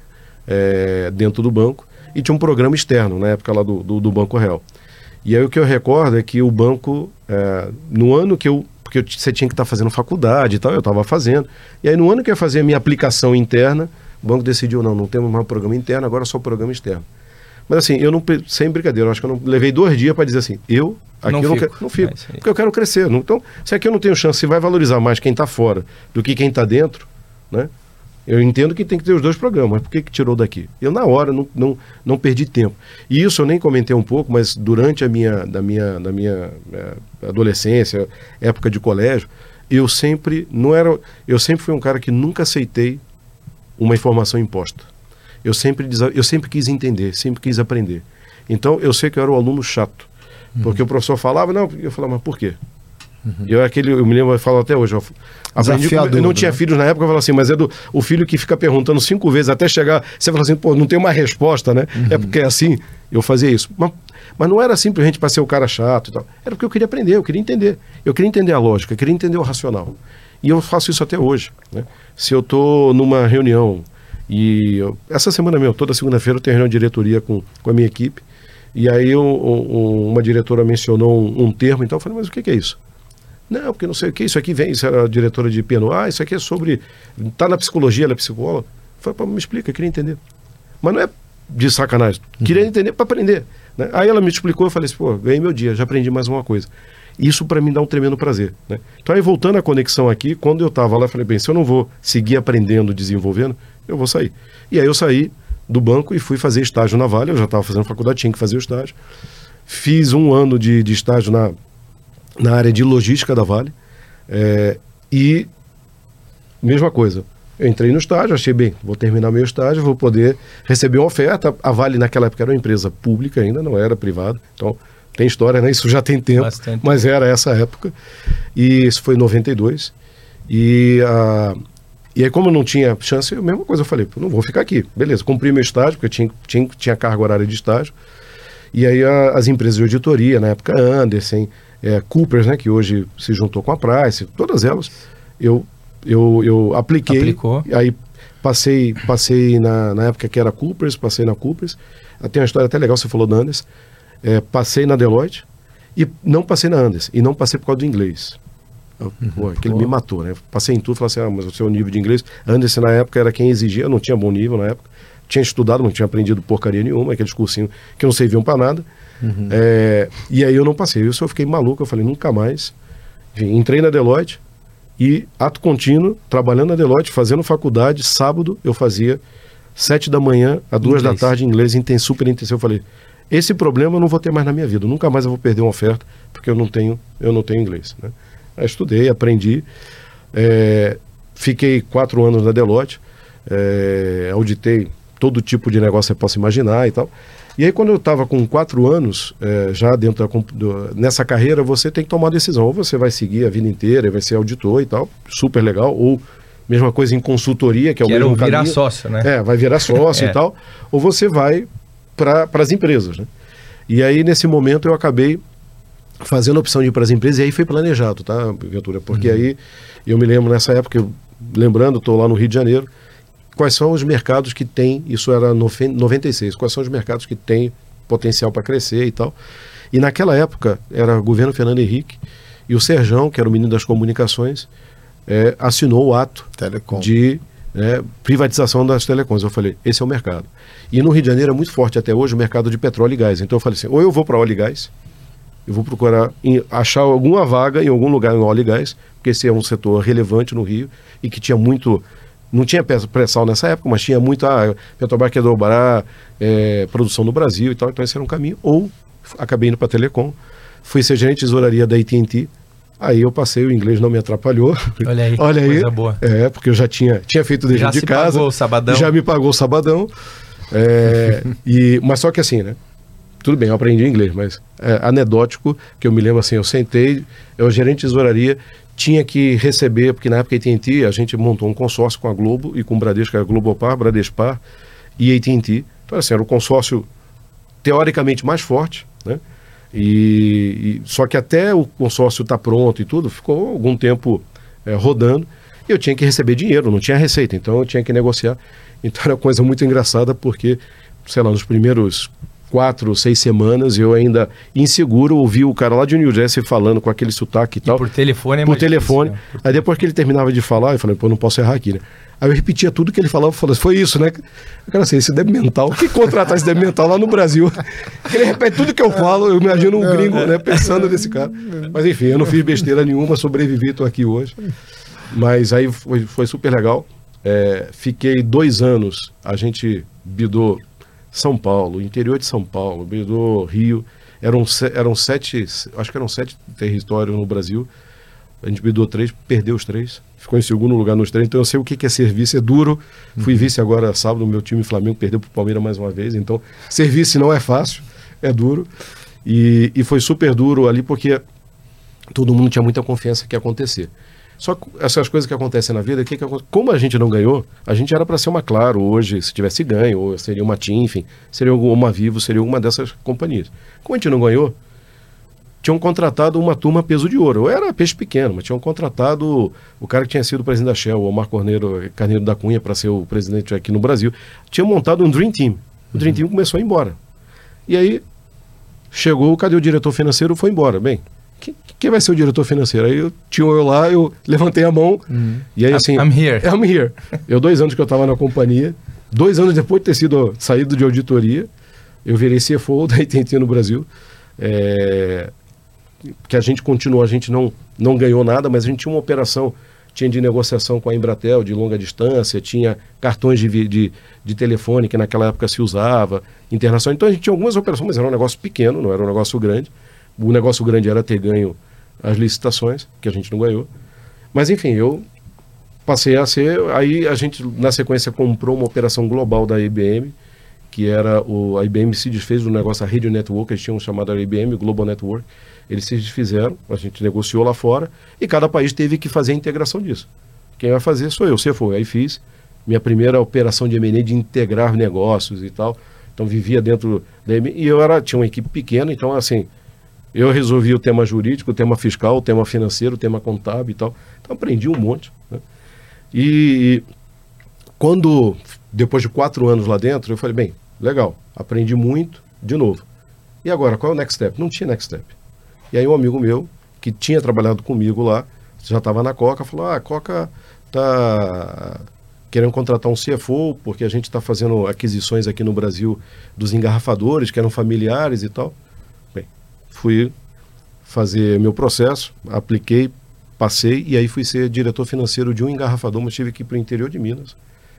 é, dentro do banco, e tinha um programa externo, na época lá do, do, do Banco Real. E aí o que eu recordo é que o banco, é, no ano que eu... porque você tinha que estar fazendo faculdade e tal, eu estava fazendo. E aí no ano que eu ia fazer a minha aplicação interna, o banco decidiu, não, não temos mais programa interno, agora só programa externo. Mas assim, eu não, sem brincadeira, eu acho que eu não levei dois dias para dizer assim, eu aqui não eu fico, não, quero, não fico, é porque eu quero crescer. Não, então, se aqui eu não tenho chance, se vai valorizar mais quem está fora do que quem está dentro, né? Eu entendo que tem que ter os dois programas, mas por que que tirou daqui? Eu, na hora, não, não, não perdi tempo. E isso eu nem comentei um pouco, mas durante a minha, da minha, da minha é, adolescência, época de colégio, eu sempre, não era, eu sempre fui um cara que nunca aceitei uma informação imposta. Eu sempre, eu sempre quis entender, sempre quis aprender. Então, eu sei que eu era o aluno chato, uhum. porque o professor falava, não, eu falava, mas por quê? Uhum. Eu, aquele, eu me lembro, eu falo até hoje, eu, aprendi, eu não tinha né? filhos na época, eu falava assim, mas é do, o filho que fica perguntando cinco vezes até chegar, você fala assim, pô, não tem uma resposta, né? Uhum. É porque é assim, eu fazia isso. Mas, mas não era simplesmente para ser o cara chato e tal, era porque eu queria aprender, eu queria entender. Eu queria entender a lógica, eu queria entender o racional. E eu faço isso até hoje, né? Se eu estou numa reunião, e eu, essa semana mesmo, toda segunda-feira eu tenho reunião de diretoria com, com a minha equipe, e aí eu, um, uma diretora mencionou um, um termo, então eu falei, mas o que, que é isso? Não, porque não sei o que, isso aqui vem, isso era a diretora de P N U, ah, isso aqui é sobre, tá na psicologia, ela é psicóloga. Eu falei, me explica, eu queria entender. Mas não é de sacanagem, queria uhum. entender para aprender, né? Aí ela me explicou, eu falei assim, pô, ganhei meu dia, já aprendi mais uma coisa. Isso para mim dá um tremendo prazer, né? Então aí voltando à conexão aqui, quando eu estava lá, eu falei, bem, se eu não vou seguir aprendendo, desenvolvendo, eu vou sair. E aí eu saí do banco e fui fazer estágio na Vale, eu já estava fazendo faculdade, tinha que fazer o estágio. Fiz um ano de, de estágio na, na área de logística da Vale, é, e mesma coisa, eu entrei no estágio, achei, bem, vou terminar meu estágio, vou poder receber uma oferta. A Vale naquela época era uma empresa pública ainda, não era privada, então tem história, né? Isso já tem tempo, bastante. Mas era essa época, e isso foi em noventa e dois, e, a, e aí como eu não tinha chance, a mesma coisa, eu falei, não vou ficar aqui, beleza, cumpri meu estágio, porque eu tinha, tinha, tinha carga horária de estágio, e aí a, as empresas de auditoria, na época Andersen, é, Coopers, né, que hoje se juntou com a Price, todas elas, eu, eu, eu apliquei, Aplicou. Aí passei, passei na, na época que era Coopers, passei na Coopers, tem uma história até legal, você falou da Andersen, é, passei na Deloitte e não passei na Andersen, e não passei por causa do inglês. Eu, uhum, pô, aquele pô. me matou, né? Passei em tudo, falei assim, ah, mas o seu nível de inglês, Andersen na época era quem exigia, eu não tinha bom nível na época, tinha estudado, não tinha aprendido porcaria nenhuma, aqueles cursinhos que não serviam para nada, uhum. é, e aí eu não passei, eu só fiquei maluco, eu falei, nunca mais. Enfim, entrei na Deloitte e, ato contínuo, trabalhando na Deloitte, fazendo faculdade, sábado eu fazia sete da manhã a duas inglês. da tarde em inglês, inten, super intensivo. Eu falei, esse problema eu não vou ter mais na minha vida, nunca mais eu vou perder uma oferta, porque eu não tenho, eu não tenho inglês, né? Aí estudei, aprendi, é, fiquei quatro anos na Deloitte, é, auditei todo tipo de negócio que você possa imaginar e tal. E aí quando eu estava com quatro anos, é, já dentro da, do, nessa carreira, você tem que tomar uma decisão, ou você vai seguir a vida inteira, vai ser auditor e tal, super legal, ou mesma coisa em consultoria, que é o que mesmo caminho. Virar sócio, né? É, vai virar sócio é. e tal, ou você vai para as empresas, né? E aí nesse momento eu acabei fazendo a opção de ir para as empresas, e aí foi planejado, tá, Ventura? Porque uhum. aí eu me lembro nessa época, eu, lembrando, estou lá no Rio de Janeiro, quais são os mercados que tem, isso era noventa e seis, quais são os mercados que tem potencial para crescer e tal. E naquela época era o governo Fernando Henrique, e o Serjão, que era o menino das comunicações, é, assinou o ato Telecom. de é, privatização das telecoms. Eu falei, esse é o mercado. E no Rio de Janeiro é muito forte até hoje o mercado de petróleo e gás. Então eu falei assim, ou eu vou para óleo e gás, eu vou procurar em, achar alguma vaga em algum lugar em óleo e gás, porque esse é um setor relevante no Rio e que tinha muito, não tinha pré-sal nessa época, mas tinha muito, ah, Petrobras quer dobrar é, produção no Brasil e tal, então esse era um caminho. Ou acabei indo para a Telecom, fui ser gerente de tesouraria da A T and T. Aí eu passei, o inglês não me atrapalhou. Olha aí, Olha aí, coisa boa. É, porque eu já tinha, tinha feito o dever de casa. Já pagou o sabadão. Já me pagou o sabadão. É, e, mas só que assim, né? Tudo bem, eu aprendi inglês, mas é anedótico, que eu me lembro assim, eu sentei, eu gerente de tesouraria, tinha que receber, porque na época a A T and T, a gente montou um consórcio com a Globo e com o Bradesco, que era Globopar, Bradespar e A T and T. Então assim, era o consórcio teoricamente mais forte, né? E, e, só que até o consórcio estar tá pronto e tudo, ficou algum tempo é, rodando, e eu tinha que receber dinheiro, não tinha receita, então eu tinha que negociar. Então era uma coisa muito engraçada, porque, sei lá, nos primeiros quatro, seis semanas, eu ainda inseguro ouvi o cara lá de New Jersey falando com aquele sotaque e, e tal. Por telefone é Por mais telefone. difícil, né? Por Aí depois que ele terminava de falar, eu falei, pô, não posso errar aqui, né? Aí eu repetia tudo que ele falava, falava, foi isso, né? Eu quero assim, esse débil mental, que contratar esse débil mental lá no Brasil? Ele repete tudo que eu falo, eu imagino um gringo, né, pensando nesse cara. Mas enfim, eu não fiz besteira nenhuma, sobrevivi, estou aqui hoje. Mas aí foi, foi super legal. É, fiquei dois anos, a gente bidou São Paulo, interior de São Paulo, bidou Rio, eram, eram sete, acho que eram sete territórios no Brasil. A gente bidou três, perdeu os três, ficou em segundo lugar nos três, então eu sei o que é serviço, é duro. Uhum. Fui vice agora sábado, meu time Flamengo perdeu para o Palmeiras mais uma vez, então serviço não é fácil, é duro. E, e foi super duro ali porque todo mundo tinha muita confiança que ia acontecer. Só que essas coisas que acontecem na vida, que que, como a gente não ganhou, a gente era para ser uma Claro hoje, se tivesse ganho, ou seria uma TIM, enfim, seria uma Vivo, seria uma dessas companhias. Como a gente não ganhou, tinham contratado uma turma peso de ouro. Eu era peixe pequeno, mas tinham contratado o cara que tinha sido presidente da Shell, o Omar Corneiro, Carneiro da Cunha, para ser o presidente aqui no Brasil. Tinha montado um Dream Team. O Dream Team começou a ir embora. E aí, chegou, cadê o diretor financeiro? Foi embora. Bem, quem, quem vai ser o diretor financeiro? Aí eu, tinha eu lá, eu levantei a mão, uhum. E aí assim... I'm here. I'm here. Eu, dois anos que eu estava na companhia, dois anos depois de ter sido saído de auditoria, eu virei C F O da A T and T no Brasil. É... que a gente continuou, a gente não, não ganhou nada, mas a gente tinha uma operação, tinha de negociação com a Embratel de longa distância, tinha cartões de, de, de telefone que naquela época se usava, internacional. Então a gente tinha algumas operações, mas era um negócio pequeno, não era um negócio grande. O negócio grande era ter ganho as licitações, que a gente não ganhou. Mas enfim, eu passei a ser, aí a gente na sequência comprou uma operação global da I B M, que era o, a I B M se desfez do negócio, a Radio Network, eles tinham chamado a I B M Global Network. Eles se desfizeram, a gente negociou lá fora e cada país teve que fazer a integração disso. Quem vai fazer sou eu, C F O. Aí fiz minha primeira operação de M and A de integrar negócios e tal. Então vivia dentro da M and A e eu era, tinha uma equipe pequena, então assim, eu resolvi o tema jurídico, o tema fiscal, o tema financeiro, o tema contábil e tal. Então aprendi um monte, né? E, e quando, depois de quatro anos lá dentro, eu falei, bem, legal, aprendi muito, de novo. E agora, qual é o next step? Não tinha next step. E aí um amigo meu, que tinha trabalhado comigo lá, já estava na Coca, falou, ah, a Coca está querendo contratar um C F O, porque a gente está fazendo aquisições aqui no Brasil dos engarrafadores, que eram familiares e tal. Bem, fui fazer meu processo, apliquei, passei, e aí fui ser diretor financeiro de um engarrafador, mas tive que ir para o interior de Minas,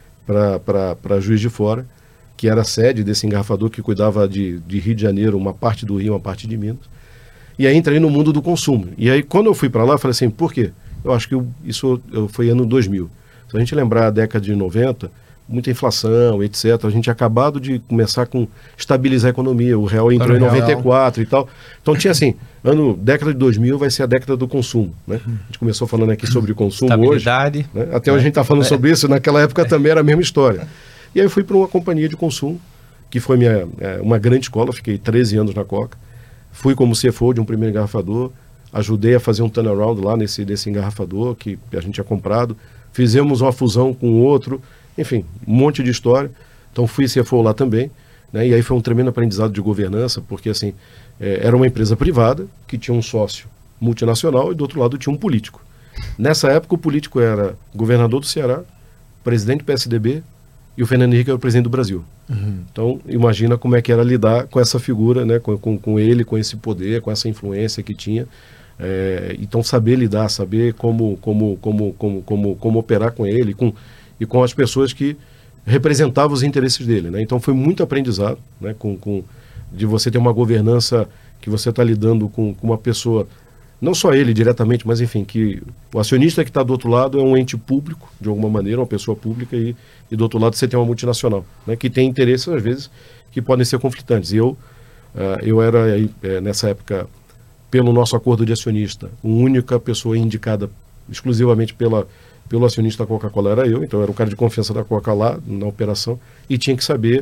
para Juiz de Fora, que era a sede desse engarrafador que cuidava de, de Rio de Janeiro, uma parte do Rio, uma parte de Minas. E aí entrei no mundo do consumo. E aí quando eu fui para lá, eu falei assim, por quê? Eu acho que eu, isso eu, foi ano dois mil. Se a gente lembrar a década de noventa, muita inflação, etcétera. A gente tinha acabado de começar com estabilizar a economia. O real entrou em noventa e quatro e tal. Então tinha assim, ano, década de dois mil vai ser a década do consumo, né? A gente começou falando aqui sobre consumo hoje. Né? Até hoje a gente está falando sobre isso, naquela época também era a mesma história. E aí eu fui para uma companhia de consumo, que foi minha, é, uma grande escola, fiquei treze anos na Coca. Fui como C F O de um primeiro engarrafador, ajudei a fazer um turnaround lá nesse desse engarrafador que a gente tinha comprado, fizemos uma fusão com outro, enfim, um monte de história. Então fui C F O lá também, né? E aí foi um tremendo aprendizado de governança, porque assim, é, era uma empresa privada que tinha um sócio multinacional e do outro lado tinha um político. Nessa época o político era governador do Ceará, presidente do P S D B, e o Fernando Henrique era o presidente do Brasil. Uhum. Então, imagina como é que era lidar com essa figura, né? com, com, com ele, com esse poder, com essa influência que tinha. É, então, saber lidar, saber como, como, como, como, como, como operar com ele com, e com as pessoas que representavam os interesses dele. Né? Então, foi muito aprendizado, né? com, com, de você ter uma governança que você está lidando com, com uma pessoa, não só ele diretamente, mas enfim, que o acionista que está do outro lado é um ente público, de alguma maneira, uma pessoa pública, e, e do outro lado você tem uma multinacional, né, que tem interesses, às vezes, que podem ser conflitantes. E eu, uh, eu era, aí, é, nessa época, pelo nosso acordo de acionista, a única pessoa indicada exclusivamente pela, pelo acionista da Coca-Cola era eu, então eu era o cara de confiança da Coca-Cola lá na operação, e tinha que saber,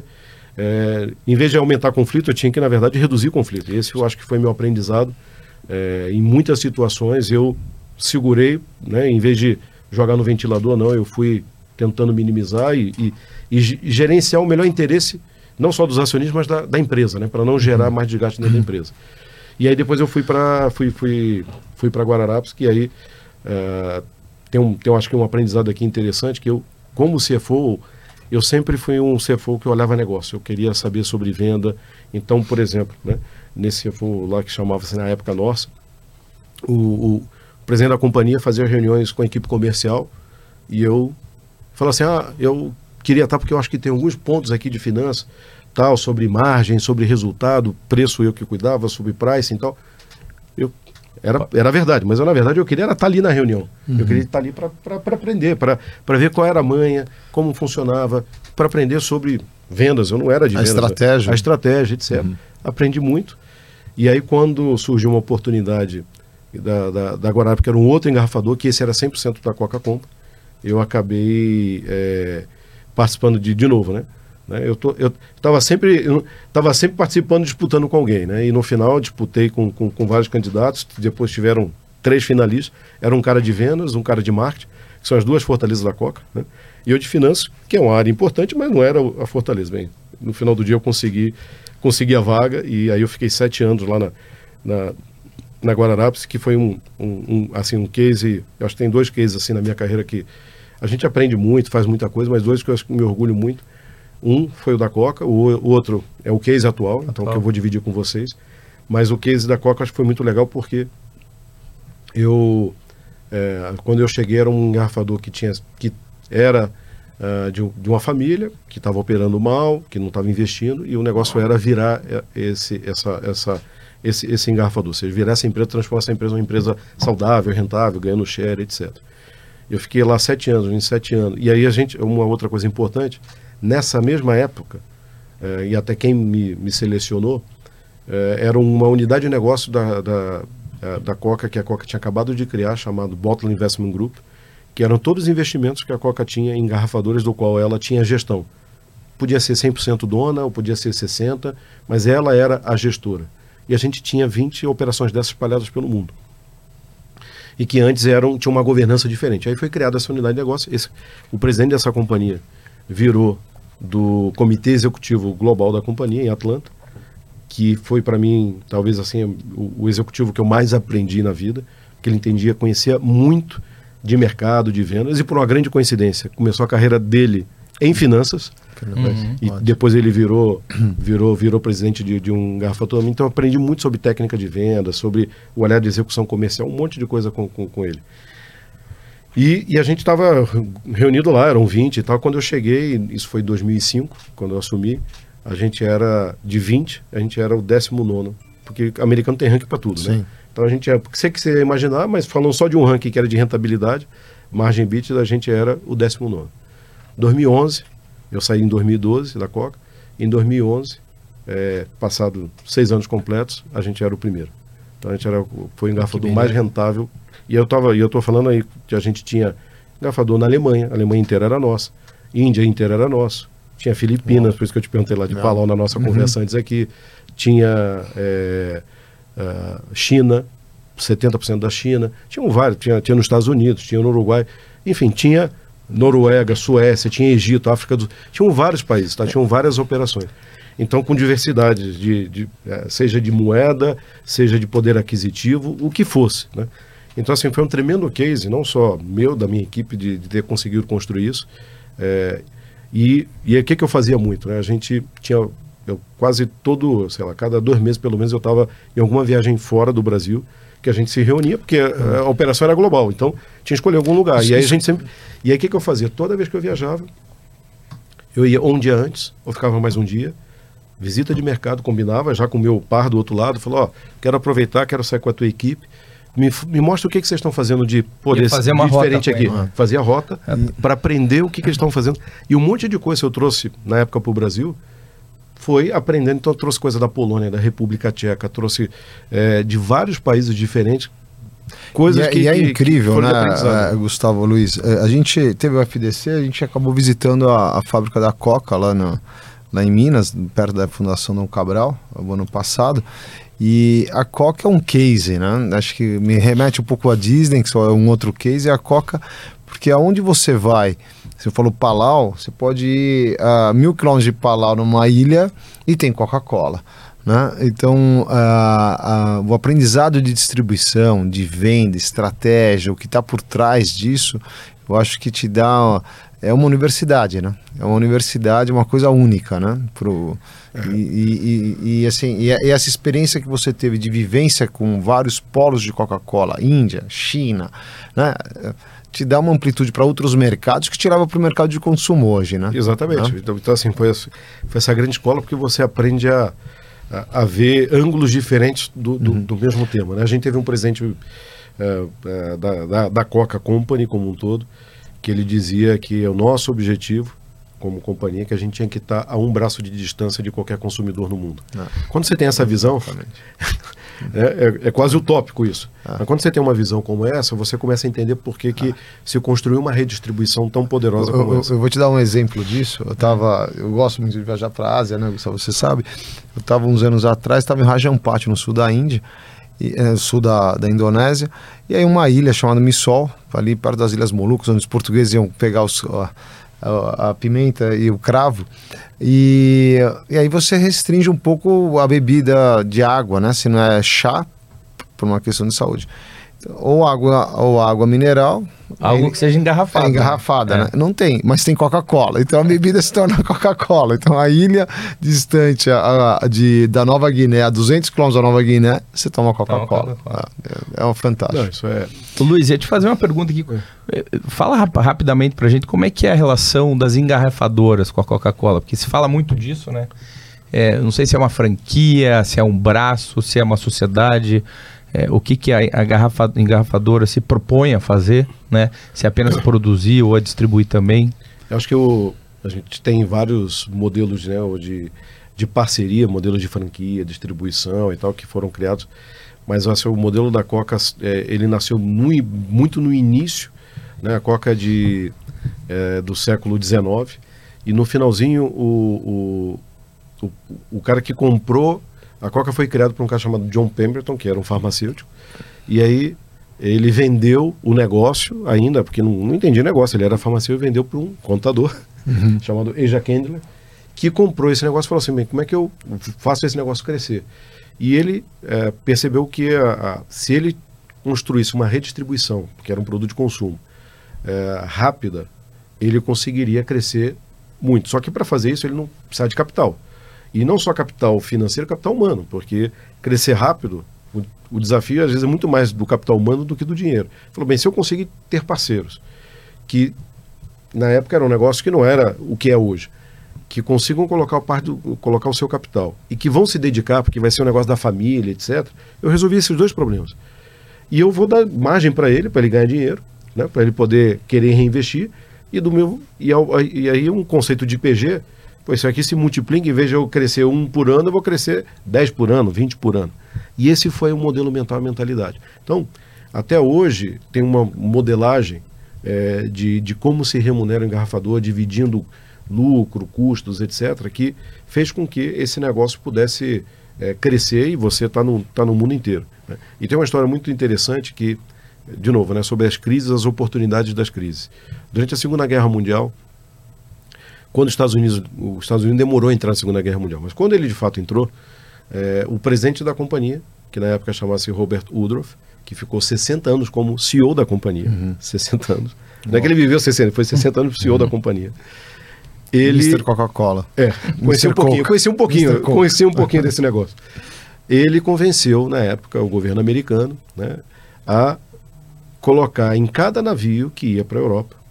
é, em vez de aumentar conflito, eu tinha que, na verdade, reduzir conflito. Esse eu acho que foi meu aprendizado. É, em muitas situações eu segurei, né, em vez de jogar no ventilador, não, eu fui tentando minimizar e, e, e gerenciar o melhor interesse, não só dos acionistas, mas da, da empresa, né, para não gerar mais desgaste dentro da empresa. E aí depois eu fui para fui, fui, fui para Guararapes, que aí uh, tem, um, tem, acho que um aprendizado aqui interessante, que eu, como C F O, eu sempre fui um C F O que olhava negócio, eu queria saber sobre venda. Então, por exemplo, né, nesse C F O lá que chamava-se na época nossa, o, o presidente da companhia fazia reuniões com a equipe comercial e eu falava assim, ah, eu queria estar porque eu acho que tem alguns pontos aqui de finanças, tal, sobre margem, sobre resultado, preço eu que cuidava, sobre pricing e tal. Eu, era, era verdade, mas eu, na verdade eu queria era estar ali na reunião. Uhum. Eu queria estar ali para aprender, para ver qual era a manha, como funcionava, para aprender sobre vendas. Eu não era de a vendas. Estratégia. A estratégia, etcétera. Uhum. Aprendi muito. E aí quando surgiu uma oportunidade da, da, da Guararapes, que era um outro engarrafador, que esse era cem por cento da Coca-Cola, eu acabei é, participando de, de novo, né? Eu tô, eu estava sempre, eu tava sempre participando, disputando com alguém, né? E no final disputei com, com, com vários candidatos, depois tiveram três finalistas, era um cara de vendas, um cara de marketing, que são as duas fortalezas da Coca, né? E eu de finanças, que é uma área importante, mas não era a fortaleza. Bem, no final do dia eu consegui, consegui a vaga, e aí eu fiquei sete anos lá na, na, na Guararapes, que foi um, um, um, assim, um case, eu acho que tem dois cases assim na minha carreira que a gente aprende muito, faz muita coisa, mas dois que eu acho que me orgulho muito. Um foi o da Coca, o, o outro é o case atual, atual, então que eu vou dividir com vocês. Mas o case da Coca acho que foi muito legal porque eu, é, quando eu cheguei, era um engarrafador que, tinha, que era uh, de, de uma família que estava operando mal, que não estava investindo, e o negócio era virar esse, essa, essa, esse, esse engarrafador, ou seja, virar essa empresa, transformar essa empresa em uma empresa saudável, rentável, ganhando share, etcétera. Eu fiquei lá sete anos, em sete anos. E aí a gente, uma outra coisa importante, nessa mesma época, eh, e até quem me, me selecionou, eh, era uma unidade de negócio da, da, da Coca, que a Coca tinha acabado de criar, chamado Bottle Investment Group, que eram todos os investimentos que a Coca tinha em engarrafadores, do qual ela tinha gestão. Podia ser cem por cento dona, ou podia ser sessenta por cento, mas ela era a gestora. E a gente tinha vinte operações dessas espalhadas pelo mundo. E que antes eram, tinha uma governança diferente. Aí foi criada essa unidade de negócio. Esse, o presidente dessa companhia virou do Comitê Executivo Global da companhia em Atlanta, que foi para mim, talvez assim, o, o executivo que eu mais aprendi na vida, que ele entendia, conhecia muito de mercado, de vendas, e por uma grande coincidência, começou a carreira dele em finanças, uhum, e ótimo. Depois ele virou, virou, virou presidente de, de um engarrafador. Então eu aprendi muito sobre técnica de venda, sobre o olhar de execução comercial, um monte de coisa com, com, com ele. E, e a gente estava reunido lá, eram vinte e tal. Quando eu cheguei, isso foi em dois mil e cinco, quando eu assumi, a gente era de vinte, a gente era o décimo nono, porque o americano tem ranking para tudo, sim, né? Então a gente é, sei que você ia imaginar, mas falando só de um ranking que era de rentabilidade, margem E B I T D A, a gente era o décimo nono. dois mil e onze, eu saí em dois mil e doze da Coca, em dois mil e onze, é, passado seis anos completos, a gente era o primeiro. Então a gente era, foi o engarrafador mais rentável. E eu tava, e eu tô falando aí que a gente tinha engarrafador na Alemanha, a Alemanha inteira era nossa, Índia inteira era nossa, tinha Filipinas, por isso que eu te perguntei lá de Não. Palau na nossa conversa uhum. antes aqui, tinha é, uh, China, setenta por cento da China, tinham vários, tinha, tinha nos Estados Unidos, tinha no Uruguai, enfim, tinha Noruega, Suécia, tinha Egito, África do Sul, tinham vários países, tá? Tinham várias operações. Então, com diversidade, de, de, seja de moeda, seja de poder aquisitivo, o que fosse, né? Então, assim, foi um tremendo case, não só meu, da minha equipe, de, de ter conseguido construir isso. É, e e o que, que eu fazia muito, né? A gente tinha, eu quase todo, sei lá, cada dois meses, pelo menos, eu estava em alguma viagem fora do Brasil, que a gente se reunia, porque a, a operação era global, então tinha que escolher algum lugar. Isso, e aí a gente sempre... E aí o que, que eu fazia? Toda vez que eu viajava, eu ia um dia antes, ou ficava mais um dia, visita de mercado, combinava já com o meu par do outro lado, falou, ó, quero aproveitar, quero sair com a tua equipe, me, me mostra o que, que vocês estão fazendo de poder fazer uma diferente rota, aqui. Né? Fazer a rota é. para aprender o que, que eles estão fazendo. E um monte de coisa eu trouxe na época para o Brasil, foi aprendendo, então eu trouxe coisa da Polônia, da República Tcheca, trouxe é, de vários países diferentes, coisas e é, que... E é que, incrível, que né, Gustavo Luiz? A gente teve o F D C, a gente acabou visitando a, a fábrica da Coca lá, no, lá em Minas, perto da Fundação Dom Cabral, no ano passado, e a Coca é um case, né? Acho que me remete um pouco à Disney, que só é um outro case, e a Coca, porque aonde você vai... Você falou Palau, você pode ir a mil quilômetros de Palau numa ilha e tem Coca-Cola, né? Então, uh, uh, o aprendizado de distribuição, de venda, estratégia, o que está por trás disso, eu acho que te dá... É uma universidade, né? É uma universidade, uma coisa única, né? Pro, e, e, e, e, assim, e, e essa experiência que você teve de vivência com vários polos de Coca-Cola, Índia, China, né? Te dá uma amplitude para outros mercados que tirava para o mercado de consumo hoje, né? Exatamente. Né? Então, então, assim, foi, foi essa grande escola porque você aprende a, a, a ver ângulos diferentes do, do, uhum. do mesmo tema, né? A gente teve um presidente uh, uh, da, da, da Coca Company como um todo, que ele dizia que o nosso objetivo como companhia é que a gente tinha que estar a um braço de distância de qualquer consumidor no mundo. Ah. Quando você tem essa visão, é, é, é quase utópico isso. Ah. Mas quando você tem uma visão como essa, você começa a entender por que, que ah. se construiu uma redistribuição tão poderosa eu, como eu, essa. Eu vou te dar um exemplo disso. Eu tava, eu gosto muito de viajar para a Ásia, né, Gustavo? Você sabe. Eu estava uns anos atrás, estava em Rajampati, no sul da Índia, e, é, sul da, da Indonésia, e aí uma ilha chamada Missol, ali perto das Ilhas Molucas, onde os portugueses iam pegar os... Ó, A, a pimenta e o cravo, e, e aí você restringe um pouco a bebida de água, né? Se não é chá, por uma questão de saúde, ou água, ou água mineral, algo ele, que seja engarrafada, é engarrafada, é. né? Não tem, mas tem Coca-Cola, então a bebida se torna Coca-Cola. Então a ilha distante a, a, de, da Nova Guiné, a duzentos quilômetros da Nova Guiné, você toma Coca-Cola. Coca é, é um fantástico. Não, isso é... Luiz, ia te fazer uma pergunta aqui. Fala rap rapidamente pra gente como é que é a relação das engarrafadoras com a Coca-Cola, porque se fala muito disso, né? É, não sei se é uma franquia, se é um braço, se é uma sociedade... É, o que, que a, a garrafa, engarrafadora se propõe a fazer, né? Se é apenas produzir ou a distribuir também. Eu acho que o, a gente tem vários modelos, né, de, de parceria, modelos de franquia, distribuição e tal, que foram criados, mas eu acho que o modelo da Coca, é, ele nasceu no, muito no início, né? A Coca de, é, do século dezenove, e no finalzinho o, o, o, o cara que comprou a Coca foi criada por um cara chamado John Pemberton, que era um farmacêutico, e aí ele vendeu o negócio ainda, porque não, não entendia negócio, ele era farmacêutico e vendeu para um contador uhum. chamado Eja Kendler, que comprou esse negócio e falou assim, como é que eu faço esse negócio crescer? E ele é, percebeu que a, a, se ele construísse uma redistribuição, que era um produto de consumo, é, rápida, ele conseguiria crescer muito. Só que para fazer isso ele não precisa de capital. E não só capital financeiro, capital humano, porque crescer rápido, o, o desafio às vezes é muito mais do capital humano do que do dinheiro. Falou, bem, se eu conseguir ter parceiros, que na época era um negócio que não era o que é hoje, que consigam colocar, o parte do, colocar o seu capital e que vão se dedicar, porque vai ser um negócio da família, etcétera, eu resolvi esses dois problemas. E eu vou dar margem para ele, para ele ganhar dinheiro, né, para ele poder querer reinvestir, e, do meu, e, ao, e aí um conceito de I P G... Pô, isso aqui se multiplica, em vez de eu crescer um por ano, eu vou crescer dez por ano, vinte por ano. E esse foi o modelo mental, a mentalidade. Então, até hoje, tem uma modelagem é, de, de como se remunera o engarrafador, dividindo lucro, custos, etcétera, que fez com que esse negócio pudesse é, crescer e você está no, tá no mundo inteiro. Né? E tem uma história muito interessante que, de novo, né, sobre as crises, as oportunidades das crises. Durante a Segunda Guerra Mundial, quando os Estados Unidos, os Estados Unidos demorou a entrar na Segunda Guerra Mundial, mas quando ele de fato entrou, é, o presidente da companhia, que na época chamava-se Robert Woodruff, que ficou sessenta anos como C E O da companhia, uhum. sessenta anos, não é que ele viveu sessenta, foi sessenta anos C E O uhum. da companhia. Ele, mister Coca-Cola. É, conheci um pouquinho, conheci um pouquinho, conheci um pouquinho desse negócio. Ele convenceu, na época, o governo americano, né, a colocar em cada navio que ia para a Europa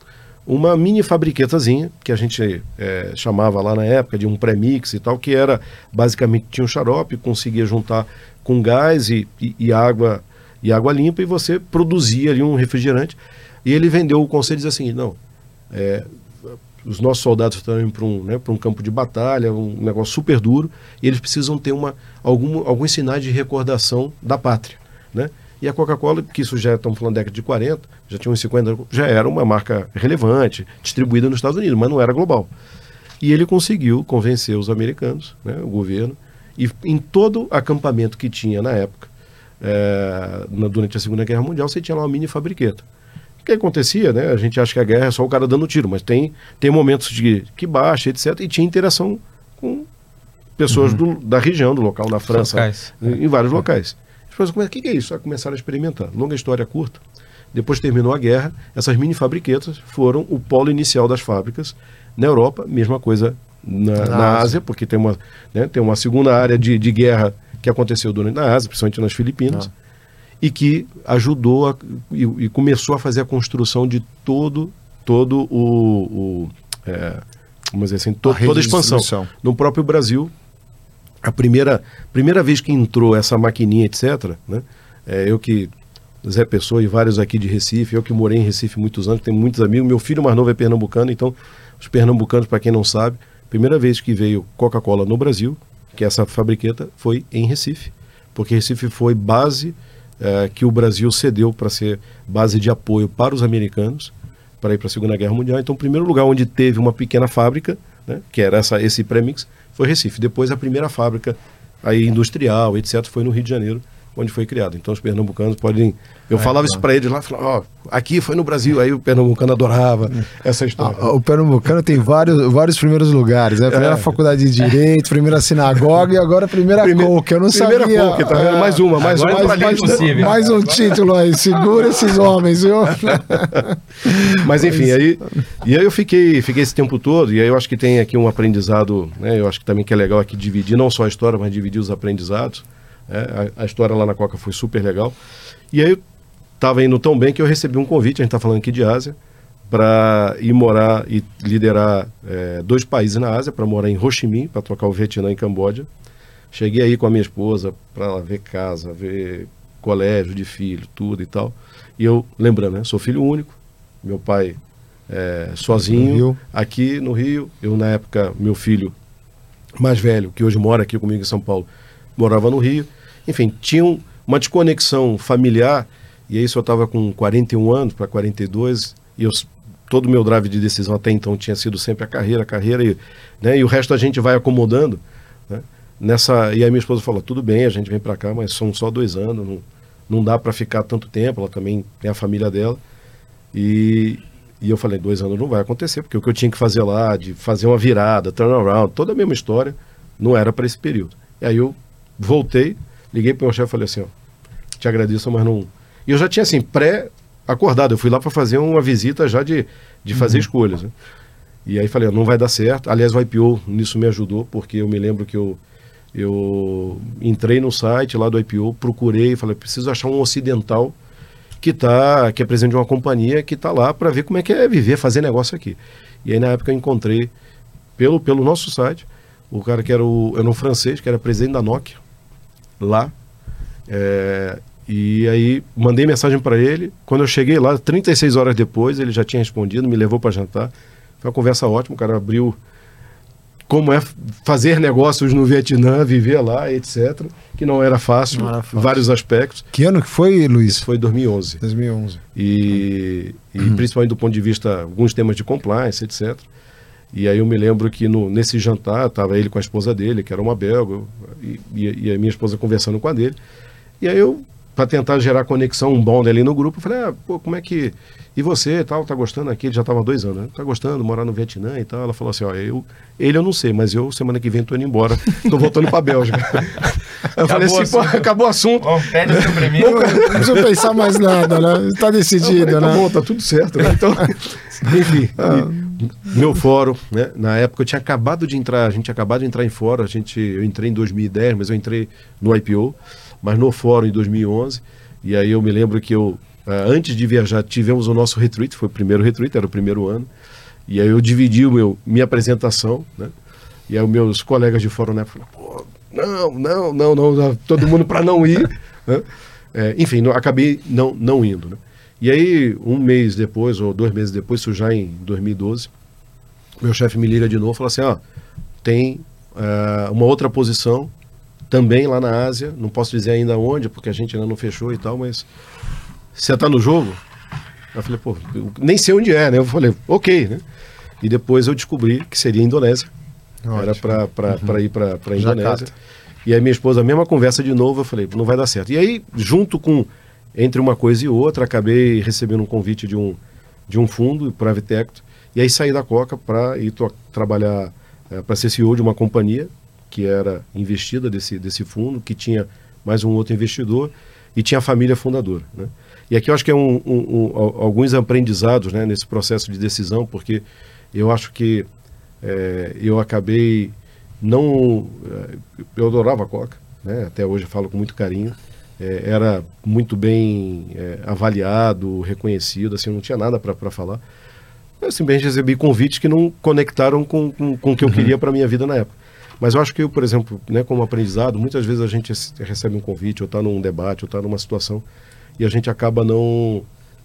uma mini fabriquetazinha, que a gente é, chamava lá na época de um pré-mix e tal, que era, basicamente, tinha um xarope, conseguia juntar com gás e, e, e água e água limpa, e você produzia ali um refrigerante. E ele vendeu o conceito, dizia assim, não, é, os nossos soldados estão indo para um, né, para um campo de batalha, um negócio super duro, e eles precisam ter uma, algum, alguns sinais de recordação da pátria, né? E a Coca-Cola, que isso já estamos falando da década de quarenta, já tinha uns cinquenta anos, já era uma marca relevante, distribuída nos Estados Unidos, mas não era global. E ele conseguiu convencer os americanos, né, o governo, e em todo acampamento que tinha na época, é, na, durante a Segunda Guerra Mundial, você tinha lá uma mini fabriqueta. O que acontecia, né? A gente acha que a guerra é só o cara dando tiro, mas tem, tem momentos de que baixa, etcétera. E tinha interação com pessoas uhum. do, da região, do local, na França, locais. Em, em vários locais. O que é isso? Aí começaram a experimentar. Longa história curta. Depois terminou a guerra, essas mini fabriquetas foram o polo inicial das fábricas. Na Europa, mesma coisa na, na, na Ásia, Ásia, porque tem uma, né, tem uma segunda área de, de guerra que aconteceu durante na Ásia, principalmente nas Filipinas, ah. e que ajudou a, e, e começou a fazer a construção de todo, todo o, o é, vamos dizer assim, to, a toda a expansão. No próprio Brasil, a primeira, primeira vez que entrou essa maquininha, etcétera, né, é, eu que, Zé Pessoa e vários aqui de Recife, eu que morei em Recife muitos anos, tenho muitos amigos, meu filho mais novo é pernambucano, então os pernambucanos, para quem não sabe, primeira vez que veio Coca-Cola no Brasil, que essa fabriqueta foi em Recife, porque Recife foi base é, que o Brasil cedeu para ser base de apoio para os americanos, para ir para a Segunda Guerra Mundial. Então o primeiro lugar onde teve uma pequena fábrica, né, que era essa, esse premix, foi Recife. Depois a primeira fábrica aí, industrial, etcétera, foi no Rio de Janeiro, onde foi criado. Então os pernambucanos podem... Eu é, falava é. isso para eles lá, falava, ó, aqui foi no Brasil, aí o pernambucano adorava essa história. Ah, o pernambucano tem vários, vários primeiros lugares, né? Primeira é. faculdade de Direito, primeira sinagoga e agora a primeira Primeira, Coke, eu não primeira sabia. Coke, tá vendo? É. Mais uma, mais agora uma. Mais, mais, mais, mais um título aí, segura esses homens, viu? Mas enfim, aí, e aí eu fiquei, fiquei esse tempo todo, e aí eu acho que tem aqui um aprendizado, né? Eu acho que também que é legal aqui dividir, não só a história, mas dividir os aprendizados. É, a, a história lá na Coca foi super legal. E aí eu estava indo tão bem que eu recebi um convite, a gente está falando aqui de Ásia, para ir morar e liderar é, dois países na Ásia, para morar em Ho Chi Minh, para trocar o Vietnã em Camboja. Cheguei aí com a minha esposa para ver casa, ver colégio de filho, tudo e tal. E eu, lembrando, né, sou filho único, meu pai é, sozinho, aqui no Rio. Eu, na época, meu filho mais velho, que hoje mora aqui comigo em São Paulo, morava no Rio. Enfim, tinha um, uma desconexão familiar, e aí eu estava com quarenta e um anos para quarenta e dois, e eu, todo o meu drive de decisão até então tinha sido sempre a carreira, a carreira, e, né, e o resto a gente vai acomodando, né, nessa, e aí minha esposa falou, tudo bem, a gente vem para cá, mas são só dois anos, não, não dá para ficar tanto tempo, ela também tem a família dela, e, e eu falei, dois anos não vai acontecer, porque o que eu tinha que fazer lá, de fazer uma virada, turnaround, toda a mesma história, não era para esse período. E aí eu voltei, liguei para o meu chefe e falei assim, ó, te agradeço, mas não... E eu já tinha, assim, pré-acordado, eu fui lá para fazer uma visita já de, de fazer uhum. escolhas, né? E aí falei, ó, não vai dar certo. Aliás, o I P O nisso me ajudou, porque eu me lembro que eu, eu entrei no site lá do I P O, procurei, falei, preciso achar um ocidental que, tá, que é presidente de uma companhia que está lá para ver como é que é viver, fazer negócio aqui. E aí, na época, eu encontrei, pelo, pelo nosso site, o cara que era, o, era um francês, que era presidente da Nokia, lá, é, e aí mandei mensagem para ele. Quando eu cheguei lá, trinta e seis horas depois, ele já tinha respondido, me levou para jantar. Foi uma conversa ótima, o cara abriu como é fazer negócios no Vietnã, viver lá, etcétera. Que não era fácil, não era fácil. Vários aspectos. Que ano que foi, Luiz? Isso foi dois mil e onze. dois mil e onze. E, e uhum. principalmente do ponto de vista, alguns temas de compliance, etcétera. E aí eu me lembro que no, nesse jantar, estava ele com a esposa dele, que era uma belga, e, e, e a minha esposa conversando com a dele. E aí eu, para tentar gerar conexão, um bond ali no grupo, eu falei, ah, pô, como é que... E você, tal, tá gostando aqui? Ele já estava há dois anos, né? Tá gostando, morar no Vietnã e tal. Ela falou assim, ó, eu, ele eu não sei, mas eu, semana que vem, tô indo embora, tô voltando pra Bélgica. Eu acabou falei assim, pô, acabou o assunto. Bom, pede sobre mim. Não, não precisa pensar mais nada, né? Tá decidido, falei, né? Tá bom, tá tudo certo, né? Então, enfim, ah. meu fórum, né? Na época eu tinha acabado de entrar, a gente tinha acabado de entrar em fórum, a gente, eu entrei em dois mil e dez, mas eu entrei no I P O, mas no fórum em dois mil e onze, e aí eu me lembro que eu Uh, antes de viajar, tivemos o nosso retreat, foi o primeiro retreat, era o primeiro ano. E aí eu dividi o meu, minha apresentação, né? E aí os meus colegas de fora, né, falaram, pô, não, não, não, não, todo mundo para não ir, né? É, enfim, não, acabei não, não indo, né? E aí, um mês depois, ou dois meses depois, isso já em dois mil e doze, meu chefe me liga de novo e fala assim, ó, tem uh, uma outra posição, também lá na Ásia, não posso dizer ainda onde, porque a gente ainda não fechou e tal, mas você tá no jogo? Eu falei, pô, eu nem sei onde é, né? Eu falei, ok, né? E depois eu descobri que seria a Indonésia. Ótimo. Era para uhum. ir para a Indonésia. E aí minha esposa, a mesma conversa de novo, eu falei, não vai dar certo. E aí, junto com, entre uma coisa e outra, acabei recebendo um convite de um, de um fundo, Private Equity, e aí saí da Coca para ir trabalhar, é, para ser C E O de uma companhia que era investida desse, desse fundo, que tinha mais um outro investidor e tinha a família fundadora, né? E aqui eu acho que é um, um, um, alguns aprendizados, né, nesse processo de decisão, porque eu acho que é, eu acabei não... Eu adorava a Coca, né, até hoje eu falo com muito carinho, é, era muito bem é, avaliado, reconhecido, assim, não tinha nada para falar. Eu simplesmente recebi convites que não conectaram com, com, com o que eu queria para a minha vida na época. Mas eu acho que eu, por exemplo, né, como aprendizado, muitas vezes a gente recebe um convite, ou está num debate, ou está numa situação, e a gente acaba não,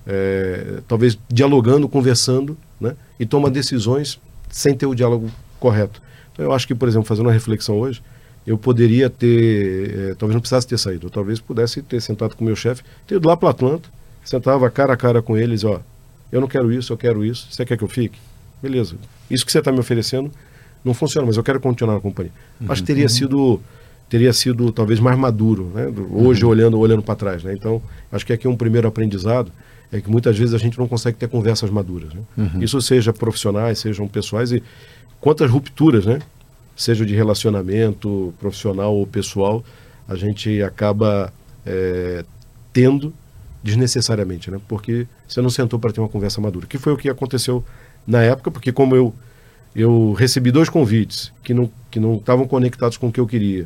é, talvez, dialogando, conversando, né, e toma decisões sem ter o diálogo correto. Então eu acho que, por exemplo, fazendo uma reflexão hoje, eu poderia ter, é, talvez não precisasse ter saído, eu talvez pudesse ter sentado com o meu chefe, ter ido lá para Atlanta, sentava cara a cara com eles, ó, eu não quero isso, eu quero isso, você quer que eu fique? Beleza, isso que você está me oferecendo não funciona, mas eu quero continuar na companhia. Uhum, acho que teria uhum. sido... teria sido talvez mais maduro, né? Hoje, uhum. olhando, olhando para trás, né? Então, acho que aqui um primeiro aprendizado é que muitas vezes a gente não consegue ter conversas maduras, né? Uhum. Isso seja profissionais, sejam pessoais, e quantas rupturas, né? Seja de relacionamento profissional ou pessoal, a gente acaba é, tendo desnecessariamente, né? Porque você não sentou para ter uma conversa madura, que foi o que aconteceu na época, porque como eu, eu recebi dois convites que não que não estavam conectados com o que eu queria,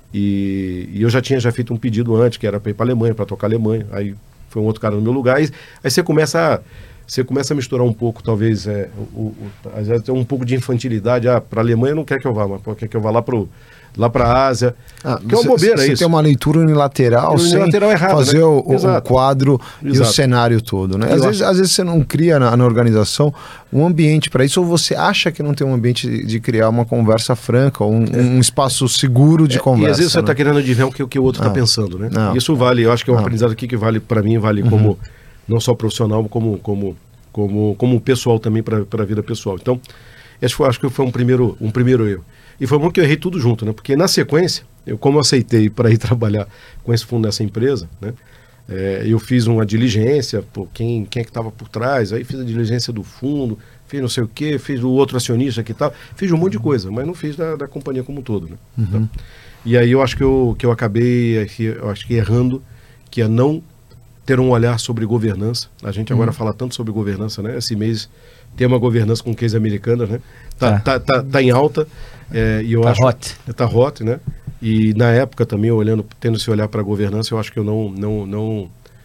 E, e eu já tinha já feito um pedido antes, que era para ir para a Alemanha, para tocar a Alemanha. Aí foi um outro cara no meu lugar. E, aí você começa a, você começa a misturar um pouco, talvez, é, o, o, às vezes um pouco de infantilidade. Ah, para a Alemanha não quer que eu vá, mas quer que eu vá lá para lá para a Ásia. Ah, que é uma bobeira você isso. Você tem uma leitura unilateral, unilateral sem errada, fazer né? o, o quadro Exato. E o cenário todo, né? Às vezes, às vezes você não cria na, na organização um ambiente para isso, ou você acha que não tem um ambiente de, de criar uma conversa franca, ou um, é. um espaço seguro de é, conversa. E às vezes né? você está querendo adivinhar o que, o que o outro está pensando, né? Não. Isso vale, eu acho que é um não. aprendizado aqui que vale para mim, vale uhum. como, não só profissional, como, como, como, como pessoal também, para a vida pessoal. Então, acho, acho que foi um primeiro, um primeiro erro. E foi bom que eu errei tudo junto, né? Porque na sequência, eu, como eu aceitei para ir trabalhar com esse fundo nessa empresa, né? É, eu fiz uma diligência, pô, quem, quem é que estava por trás, aí fiz a diligência do fundo, fiz não sei o quê, fiz do outro acionista que tal, fiz um monte de coisa, mas não fiz da, da companhia como um todo, né? Uhum. Então, e aí eu acho que eu, que eu acabei eu acho que errando, que é não ter um olhar sobre governança. A gente agora uhum. fala tanto sobre governança, né? Esse mês tem uma governança com case americana, né? Tá, tá. Tá, tá, tá em alta. É, e eu tá acho, hot. Tá hot, né? E na época também, olhando, tendo esse olhar para a governança, eu acho que eu não não não,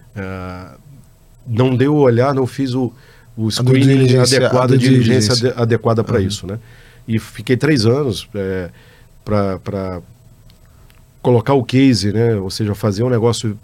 uh, não dei o olhar, não fiz o, o screening adequado, a diligência ade, adequada para uhum. isso, né? E fiquei três anos é, para colocar o case, né? Ou seja, fazer um negócio,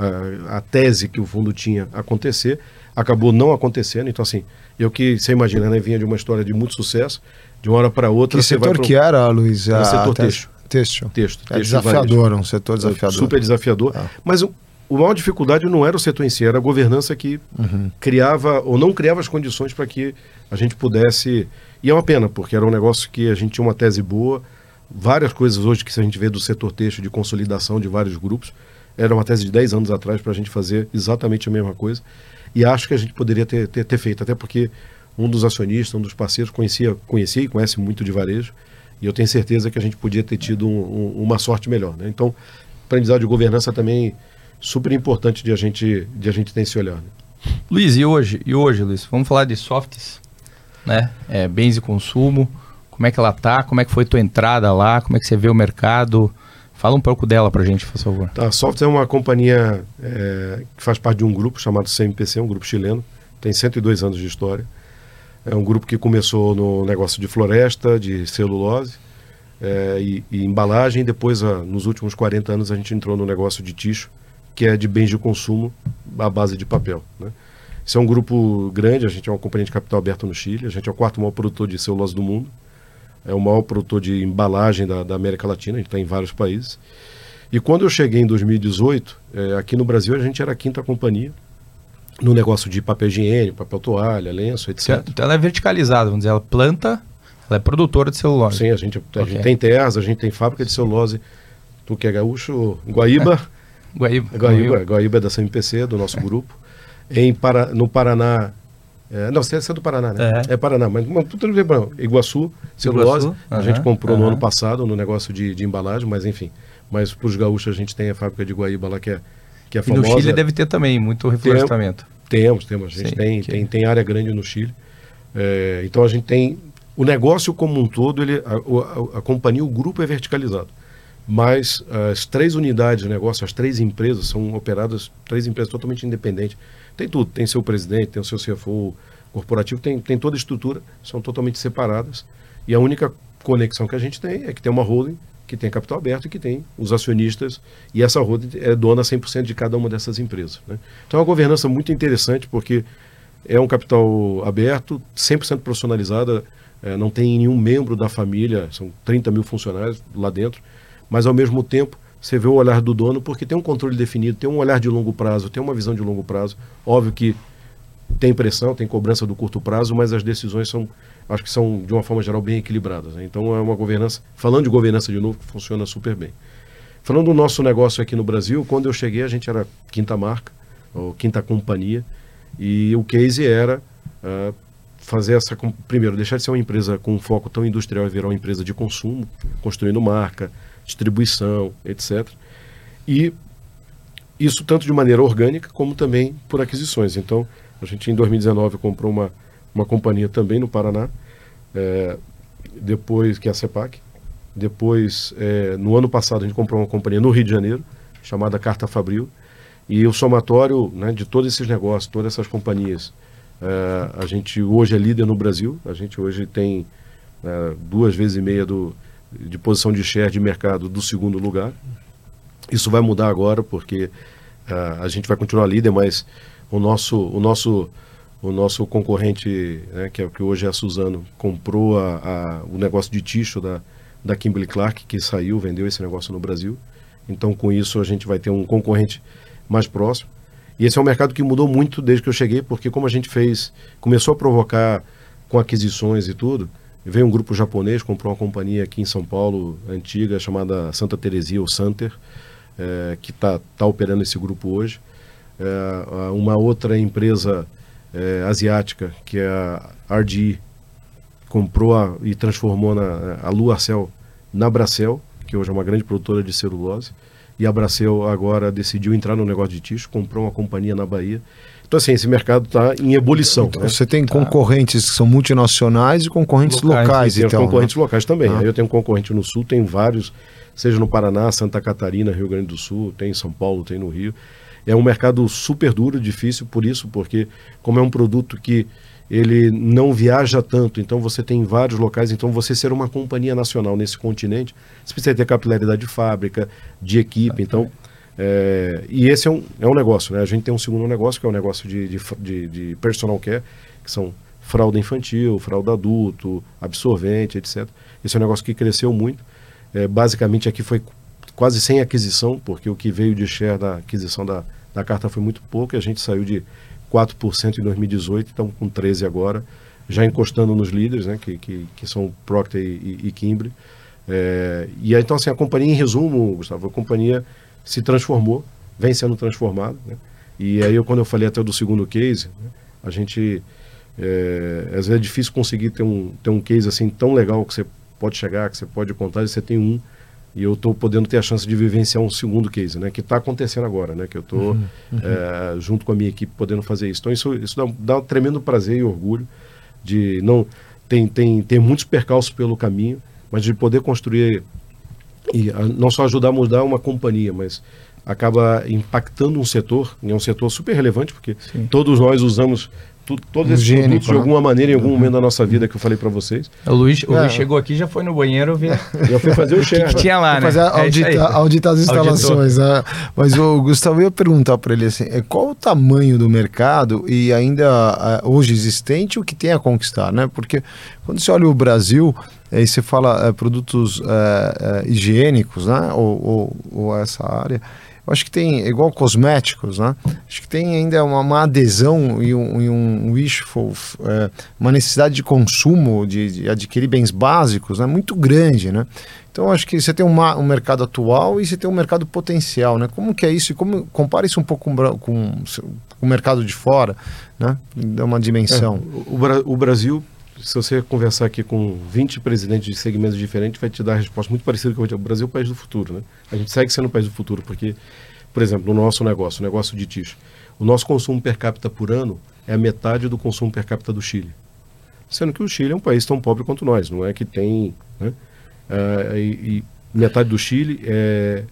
a, a tese que o fundo tinha acontecer, acabou não acontecendo. Então, assim, eu que, você imagina, né? Vinha de uma história de muito sucesso, de uma hora para outra... Que setor que era, Luiz? Era setor têxtil. Têxtil. Texto, é desafiador, um setor desafiador. Super desafiador. Ah. Mas o, a maior dificuldade não era o setor em si, era a governança que uhum. criava ou não criava as condições para que a gente pudesse... E é uma pena, porque era um negócio que a gente tinha uma tese boa, várias coisas hoje que a gente vê do setor têxtil, de consolidação de vários grupos, era uma tese de dez anos atrás para a gente fazer exatamente a mesma coisa. E acho que a gente poderia ter, ter, ter feito, até porque um dos acionistas, um dos parceiros, conhecia, conhecia e conhece muito de varejo, e eu tenho certeza que a gente podia ter tido um, um, uma sorte melhor, né? Então, aprendizado de governança também super importante de a gente, de a gente ter esse olhar, né? Luiz, e hoje, e hoje, Luiz, vamos falar de softs, né? É, bens e consumo, como é que ela tá, como é que foi tua entrada lá, como é que você vê o mercado? Fala um pouco dela pra gente, por favor. Tá, a Softys é uma companhia é, que faz parte de um grupo chamado C M P C, um grupo chileno, tem cento e dois anos de história. É um grupo que começou no negócio de floresta, de celulose é, e, e embalagem. Depois, a, nos últimos quarenta anos, a gente entrou no negócio de tixo, que é de bens de consumo à base de papel, né? Isso é um grupo grande, a gente é uma companhia de capital aberto no Chile, a gente é o quarto maior produtor de celulose do mundo, é o maior produtor de embalagem da, da América Latina, a gente está em vários países. E quando eu cheguei em dois mil e dezoito, é, aqui no Brasil a gente era a quinta companhia no negócio de papel higiênico, papel toalha, lenço, etcétera. Então ela é verticalizada, vamos dizer, ela planta, ela é produtora de celulose. Sim, a gente, a Okay. gente tem terras, a gente tem fábrica de celulose. Tu que é gaúcho, Guaíba. É. Guaíba. Guaíba, Guaíba é da C M P C, do nosso grupo. Em Para, no Paraná, é, não, você é do Paraná, né? É, é Paraná, mas, mas tudo bem, Iguaçu, celulose, Iguaçu, a uh-huh, gente comprou uh-huh. no ano passado no negócio de, de embalagem, mas enfim. Mas para os gaúchos a gente tem a fábrica de Guaíba lá que é, que é famosa. E no Chile deve ter também muito reflorestamento. Tem, temos, temos. A gente Sim, tem, que... tem, tem área grande no Chile. É, então a gente tem... O negócio como um todo, ele, a, a, a companhia, o grupo é verticalizado. Mas as três unidades de negócio, as três empresas, são operadas, três empresas totalmente independentes. Tem tudo, tem seu presidente, tem o seu C F O corporativo, tem, tem toda a estrutura, são totalmente separadas. E a única conexão que a gente tem é que tem uma holding, que tem capital aberto e que tem os acionistas, e essa holding é dona cem por cento de cada uma dessas empresas, né? Então é uma governança muito interessante, porque é um capital aberto, cem por cento profissionalizada, é, não tem nenhum membro da família, são trinta mil funcionários lá dentro, mas ao mesmo tempo você vê o olhar do dono, porque tem um controle definido, tem um olhar de longo prazo, tem uma visão de longo prazo. Óbvio que tem pressão, tem cobrança do curto prazo, mas as decisões são, acho que são, de uma forma geral, bem equilibradas, né? Então é uma governança, falando de governança de novo, que funciona super bem. Falando do nosso negócio aqui no Brasil, quando eu cheguei a gente era quinta marca, ou quinta companhia, e o case era uh, fazer essa, primeiro, deixar de ser uma empresa com um foco tão industrial e virar uma empresa de consumo, construindo marca, distribuição, etcétera. E isso tanto de maneira orgânica como também por aquisições. Então, a gente em dois mil e dezenove comprou uma, uma companhia também no Paraná, é, depois que é a CEPAC. Depois, é, no ano passado, a gente comprou uma companhia no Rio de Janeiro, chamada Carta Fabril. E o somatório, né, de todos esses negócios, todas essas companhias, é, a gente hoje é líder no Brasil. A gente hoje tem é, duas vezes e meia do de posição de share de mercado do segundo lugar. Isso vai mudar agora, porque uh, a gente vai continuar líder, mas o nosso, o nosso, o nosso concorrente, né, que é o que hoje é a Suzano, comprou a, a, o negócio de tixo da, da Kimberly-Clark, que saiu, vendeu esse negócio no Brasil. Então, com isso, a gente vai ter um concorrente mais próximo. E esse é um mercado que mudou muito desde que eu cheguei, porque como a gente fez, começou a provocar com aquisições e tudo, veio um grupo japonês, comprou uma companhia aqui em São Paulo, antiga, chamada Santa Teresia, ou Santer, é, que está tá operando esse grupo hoje. É, uma outra empresa é, asiática, que é a R D I, comprou a, e transformou na, a Luarcel na Bracel, que hoje é uma grande produtora de celulose. E a Bracel agora decidiu entrar no negócio de tixo, comprou uma companhia na Bahia. Então, assim, esse mercado está em ebulição. Então, né? Você tem tá. concorrentes que são multinacionais e concorrentes locais. locais e tem então, concorrentes né? locais também. Ah. Aí eu tenho um concorrente no Sul, tem vários, seja no Paraná, Santa Catarina, Rio Grande do Sul, tem em São Paulo, tem no Rio. É um mercado super duro, difícil por isso, porque como é um produto que ele não viaja tanto, então você tem vários locais, então você ser uma companhia nacional nesse continente, você precisa ter capilaridade de fábrica, de equipe, então... É, e esse é um, é um negócio, né? A gente tem um segundo negócio, que é o um negócio de, de, de, de personal care, que são fralda infantil, fralda adulto, absorvente, etcétera. Esse é um negócio que cresceu muito. É, basicamente aqui foi quase sem aquisição, porque o que veio de share da aquisição da, da carta foi muito pouco, e a gente saiu de quatro por cento em dois mil e dezoito, estamos com treze por cento agora, já encostando nos líderes, né? que, que, que são Procter e, e, e Kimberly. É, e aí, então, assim, a companhia, em resumo, Gustavo, a companhia se transformou, vem sendo transformada, né? E aí, eu, quando eu falei até do segundo case, né, a gente, é, às vezes é difícil conseguir ter um, ter um case assim tão legal que você pode chegar, que você pode contar, e você tem um, e eu estou podendo ter a chance de vivenciar um segundo case, né, que está acontecendo agora, né, que eu estou uhum, uhum. é, junto com a minha equipe podendo fazer isso. Então, isso, isso dá, dá um tremendo prazer e orgulho de não... Tem, tem, tem muitos percalços pelo caminho, mas de poder construir e a, não só ajudar a mudar uma companhia, mas acaba impactando um setor, e é um setor super relevante, porque Sim. todos nós usamos tu, todos esses Higiênico, produtos de alguma maneira em algum uhum. momento da nossa vida, que eu falei para vocês. O Luiz, o é. Luiz chegou aqui, já foi no banheiro ver. Já foi fazer o share. que, que tinha lá, né? Fazer audita, é auditar as instalações. Né? Mas o Gustavo, eu ia perguntar para ele assim, qual o tamanho do mercado e ainda hoje existente o que tem a conquistar, né? Porque quando você olha o Brasil, aí você fala é, produtos é, é, higiênicos, né? Ou, ou, ou essa área. Eu acho que tem, igual cosméticos, né? Acho que tem ainda uma, uma adesão e um, e um wishful, é, uma necessidade de consumo, de, de adquirir bens básicos, né? Muito grande, né? Então, acho que você tem uma, um mercado atual e você tem um mercado potencial, né? Como que é isso? E como compara isso um pouco com, com, com o mercado de fora, né? Dá uma dimensão. É, o, o Brasil, se você conversar aqui com vinte presidentes de segmentos diferentes, vai te dar a resposta muito parecida com o Brasil é o país do futuro, né? A gente segue sendo o país do futuro, porque, por exemplo, no nosso negócio, o negócio de tixo, o nosso consumo per capita por ano é a metade do consumo per capita do Chile. Sendo que o Chile é um país tão pobre quanto nós, não é que tem... Né? Uh, e, e metade do Chile é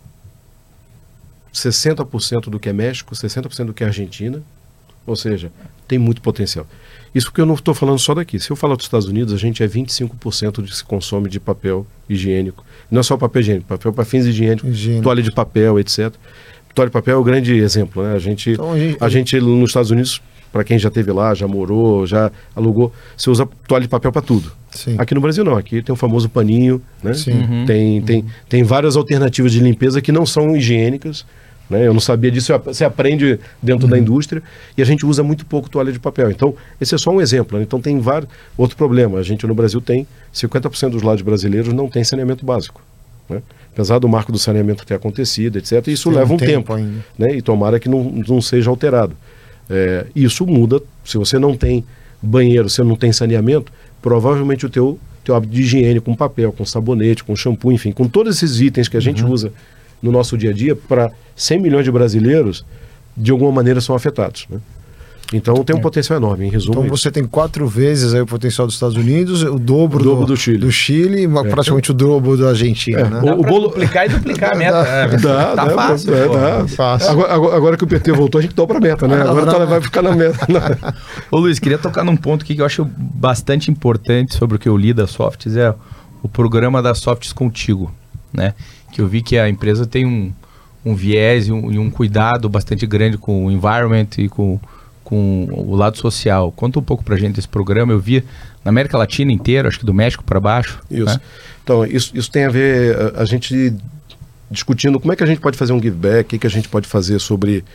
sessenta por cento do que é México, sessenta por cento do que é Argentina, ou seja, tem muito potencial. Isso porque eu não estou falando só daqui. Se eu falar dos Estados Unidos, a gente é vinte e cinco por cento do que se consome de papel higiênico. Não é só papel higiênico, papel para fins higiênicos, Higiene. toalha de papel, etcétera. Toalha de papel é o grande exemplo, né? A gente, então, a gente, a gente nos Estados Unidos, para quem já esteve lá, já morou, já alugou, você usa toalha de papel para tudo. Sim. Aqui no Brasil não, aqui tem o famoso paninho, né? Sim. Uhum. Tem, tem, uhum. tem várias alternativas de limpeza que não são higiênicas, né? Eu não sabia disso, você aprende dentro uhum. da indústria, e a gente usa muito pouco toalha de papel. Então, esse é só um exemplo, né? Então tem vários... Outro problema, a gente no Brasil tem, cinquenta por cento dos lares brasileiros não tem saneamento básico, né? Apesar do marco do saneamento ter acontecido, etcétera, isso tem leva um tempo, tempo né? E tomara que não, não seja alterado. É, isso muda, se você não tem banheiro, você não tem saneamento, provavelmente o teu, teu hábito de higiene com papel, com sabonete, com shampoo, enfim, com todos esses itens que a gente uhum. usa no nosso dia a dia, para cem milhões de brasileiros, de alguma maneira são afetados, né? Então tem um é. potencial enorme, em resumo. Então você tem quatro vezes aí o potencial dos Estados Unidos, o dobro, o dobro do, do Chile, do Chile é. praticamente o dobro da Argentina. É. Né? O, o bolo duplicar e duplicar a meta. Dá, dá, tá dá, fácil. Dá, dá. fácil. Agora, agora, agora que o P T voltou, a gente dobra a meta, né? Agora ela vai ficar na meta. Ô Luiz, queria tocar num ponto aqui que eu acho bastante importante sobre o que eu li da Softs, é o programa da Softs Contigo, né? Que eu vi que a empresa tem um, um viés e um, e um cuidado bastante grande com o environment e com... com o lado social. Conta um pouco pra gente desse programa. Eu vi na América Latina inteira, acho que do México para baixo. Isso. Né? Então, isso, isso tem a ver, a, a gente discutindo como é que a gente pode fazer um give back, o que, que a gente pode fazer sobre,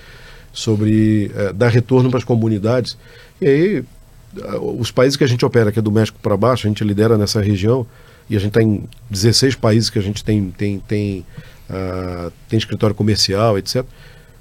sobre é, dar retorno para as comunidades. E aí, os países que a gente opera, que é do México para baixo, a gente lidera nessa região, e a gente está em dezesseis países que a gente tem, tem, tem, uh, tem escritório comercial, etcétera.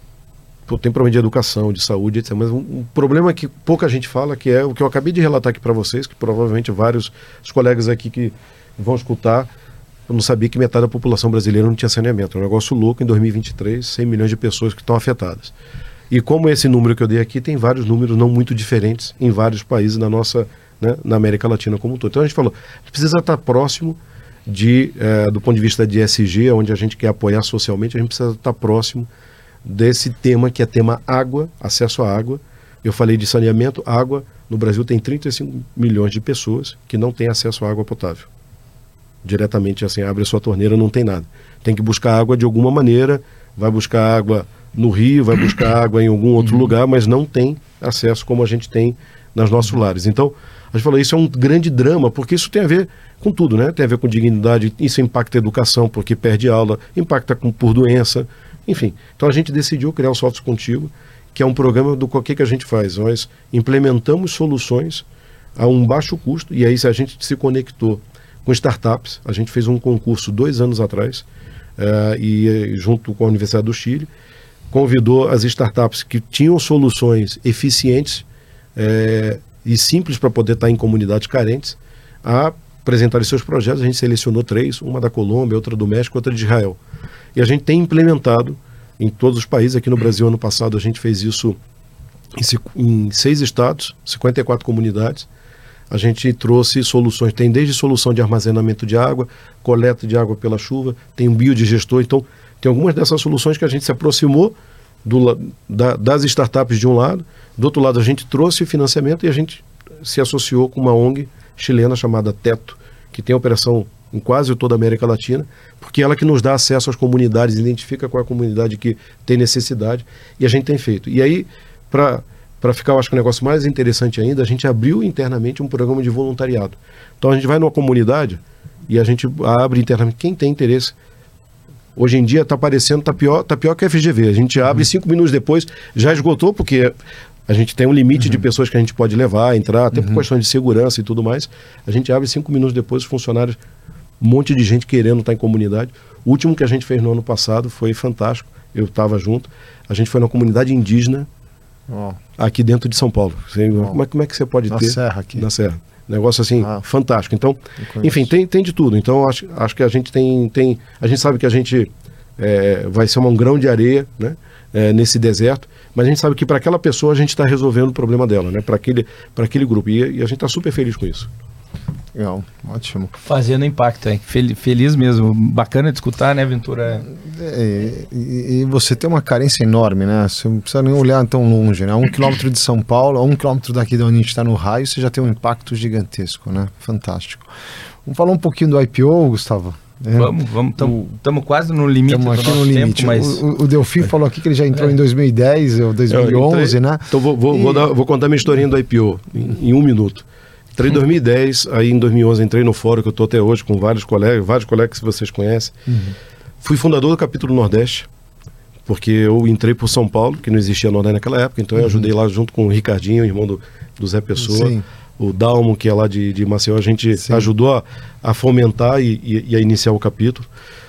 Tem problema de educação, de saúde, etcétera. Mas um, um problema que pouca gente fala, que é o que eu acabei de relatar aqui para vocês, que provavelmente vários os colegas aqui que vão escutar, eu não sabia que metade da população brasileira não tinha saneamento. É um negócio louco, em dois mil e vinte e três, cem milhões de pessoas que estão afetadas. E como esse número que eu dei aqui, tem vários números não muito diferentes em vários países na nossa, né, na América Latina como um todo. Então a gente falou, a gente precisa estar próximo de, eh, do ponto de vista de E S G, onde a gente quer apoiar socialmente, a gente precisa estar próximo desse tema que é tema água, acesso à água. Eu falei de saneamento, água. No Brasil tem trinta e cinco milhões de pessoas que não têm acesso à água potável. Diretamente assim, abre a sua torneira, não tem nada. Tem que buscar água de alguma maneira, vai buscar água no rio, vai buscar água em algum outro lugar, mas não tem acesso como a gente tem nos nossos lares. Então, a gente falou, isso é um grande drama, porque isso tem a ver com tudo, né? Tem a ver com dignidade, isso impacta a educação, porque perde aula, impacta com, por doença. Enfim, então a gente decidiu criar o Softs Contigo, que é um programa do que, que a gente faz. Nós implementamos soluções a um baixo custo, e aí se a gente se conectou com startups, a gente fez um concurso dois anos atrás, uh, e junto com a Universidade do Chile, convidou as startups que tinham soluções eficientes uh, e simples para poder estar em comunidades carentes, a apresentarem seus projetos. A gente selecionou três, uma da Colômbia, outra do México, outra de Israel. E a gente tem implementado em todos os países. Aqui no Brasil, ano passado, a gente fez isso em, em seis estados, cinquenta e quatro comunidades. a gente trouxe soluções, tem desde solução de armazenamento de água, coleta de água pela chuva, tem um biodigestor, então tem algumas dessas soluções que a gente se aproximou do, da, das startups de um lado, do outro lado a gente trouxe financiamento e a gente se associou com uma O N G chilena chamada Teto, que tem operação em quase toda a América Latina, porque ela que nos dá acesso às comunidades, identifica qual é a comunidade que tem necessidade, e a gente tem feito. E aí, para para ficar, eu acho que o negócio mais interessante ainda, a gente abriu internamente um programa de voluntariado. Então a gente vai numa comunidade e a gente abre internamente. Quem tem interesse, hoje em dia está aparecendo, está pior, tá pior que a F G V. A gente abre uhum. cinco minutos depois, já esgotou, porque a gente tem um limite uhum. de pessoas que a gente pode levar, entrar, até por uhum. questão de segurança e tudo mais. A gente abre cinco minutos depois, os funcionários, um monte de gente querendo estar em comunidade. O último que a gente fez no ano passado foi fantástico, eu estava junto. A gente foi na comunidade indígena, oh. aqui dentro de São Paulo. Você, oh. como, é, como é que você pode na ter? Na Serra aqui. Na Serra. Negócio assim, ah. fantástico. Então, enfim, tem, tem de tudo. Então, acho, acho que a gente tem, tem... A gente sabe que a gente é, vai ser um grão de areia, né? É, nesse deserto, mas a gente sabe que para aquela pessoa a gente está resolvendo o problema dela, né? Para aquele, para aquele grupo. E, e a gente está super feliz com isso. Legal, ótimo. Fazendo impacto, hein? Feliz mesmo. Bacana de escutar, né, Ventura? É, e, e você tem uma carência enorme, né? Você não precisa nem olhar tão longe, né? A um quilômetro de São Paulo, a um quilômetro daqui de onde a gente está no raio, você já tem um impacto gigantesco, né? Fantástico. Vamos falar um pouquinho do I P O, Gustavo? É. Vamos, vamos, estamos quase no limite do nosso no limite. tempo, mas... O, o Delfim falou aqui que ele já entrou é. em dois mil e dez ou dois mil e onze, entrei, né? Então vou, vou, e... vou, dar, vou contar minha historinha do I P O em, em um minuto. Entrei em dois mil e dez, aí em dois mil e onze entrei no fórum que eu estou até hoje com vários colegas, vários colegas que vocês conhecem. Uhum. Fui fundador do capítulo Nordeste, porque eu entrei por São Paulo, que não existia Nordeste naquela época, então eu uhum. ajudei lá junto com o Ricardinho, irmão do, do Zé Pessoa. Sim. O Dalmo, que é lá de, de Maceió, a gente Sim. ajudou a, a fomentar e, e, e a iniciar o capítulo.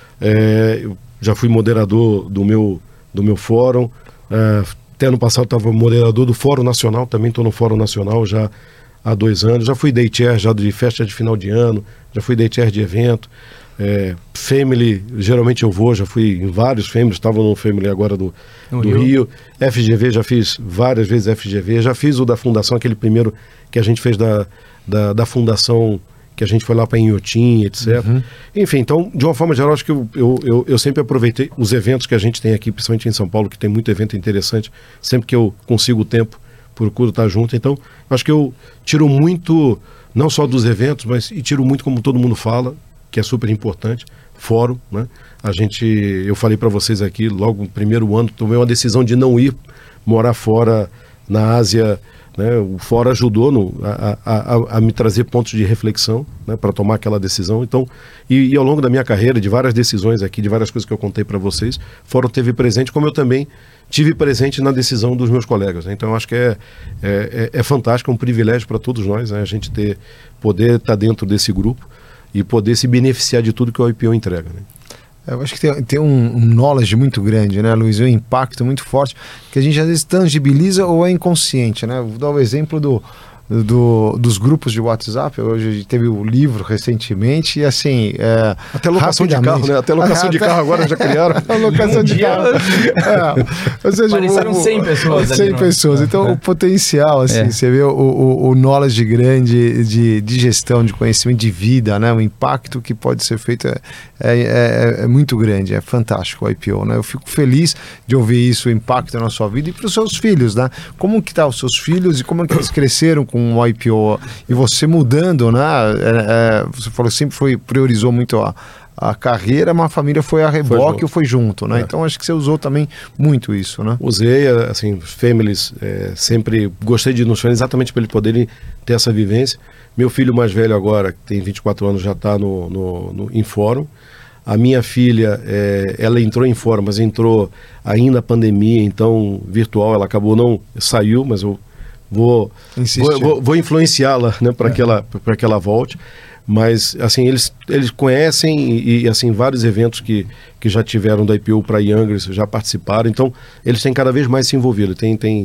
É, eu já fui moderador do meu, do meu fórum. É, até ano passado estava moderador do Fórum Nacional, também estou no Fórum Nacional já há dois anos. Já fui day chair já de festa de final de ano, já fui day chair de evento. É, Family, geralmente eu vou, já fui em vários Families, estava no Family agora do, do Rio. Rio. F G V, já fiz várias vezes F G V, já fiz o da fundação, aquele primeiro que a gente fez da, da, da fundação, que a gente foi lá para Inhotim, etcétera. Uhum. Enfim, então, de uma forma geral, acho que eu, eu, eu, eu sempre aproveitei os eventos que a gente tem aqui, principalmente em São Paulo, que tem muito evento interessante, sempre que eu consigo o tempo, procuro estar junto. Então, acho que eu tiro muito, não só dos eventos, mas e tiro muito, como todo mundo fala, que é super importante, fórum, né? A gente, eu falei para vocês aqui, logo no primeiro ano, tomei uma decisão de não ir morar fora na Ásia, né? O fórum ajudou no, a, a, a, a me trazer pontos de reflexão, né? Para tomar aquela decisão. Então, e, e ao longo da minha carreira, de várias decisões aqui, de várias coisas que eu contei para vocês, o fórum teve presente, como eu também tive presente na decisão dos meus colegas, né? Então, eu acho que é, é, é, é fantástico, é um privilégio para todos nós, né? A gente ter, poder estar dentro desse grupo e poder se beneficiar de tudo que o I P O entrega, né? Eu acho que tem, tem um, um knowledge muito grande, né, Luiz? Um impacto muito forte, que a gente às vezes tangibiliza ou é inconsciente, né? Vou dar o exemplo do, do, dos grupos de WhatsApp. Hoje teve o livro recentemente e assim... É, até locação de carro, né? Até locação de carro agora já criaram. A locação de carro. É, ou seja, pareceram cem pessoas. cem pessoas. Então é. o potencial, assim, é. você vê o, o, o knowledge grande de, de gestão, de conhecimento de vida, né? O impacto que pode ser feito é, é, é, é muito grande, é fantástico o I P O, né? Eu fico feliz de ouvir isso, o impacto na sua vida e para os seus filhos, né? Como que tá os seus filhos e como é que eles cresceram com o I P O e você mudando, né? É, é, você falou sempre foi priorizou muito a, a carreira, mas a família foi a reboque ou foi junto, né? É. Então acho que você usou também muito isso, né? Usei, assim, families, é, sempre gostei de ir nos families exatamente para eles poderem ter essa vivência. Meu filho mais velho agora, que tem vinte e quatro anos, já está no, no, no, em fórum. A minha filha, é, ela entrou em fórum, mas entrou ainda na pandemia, então virtual, ela acabou não, saiu, mas eu vou, vou, vou, vou influenciá-la, né, para é. que ela, para que ela volte. Mas, assim, eles, eles conhecem e, e, assim, vários eventos que, que já tiveram da I P O para Youngers, já participaram, então eles têm cada vez mais se envolvido, tem, tem,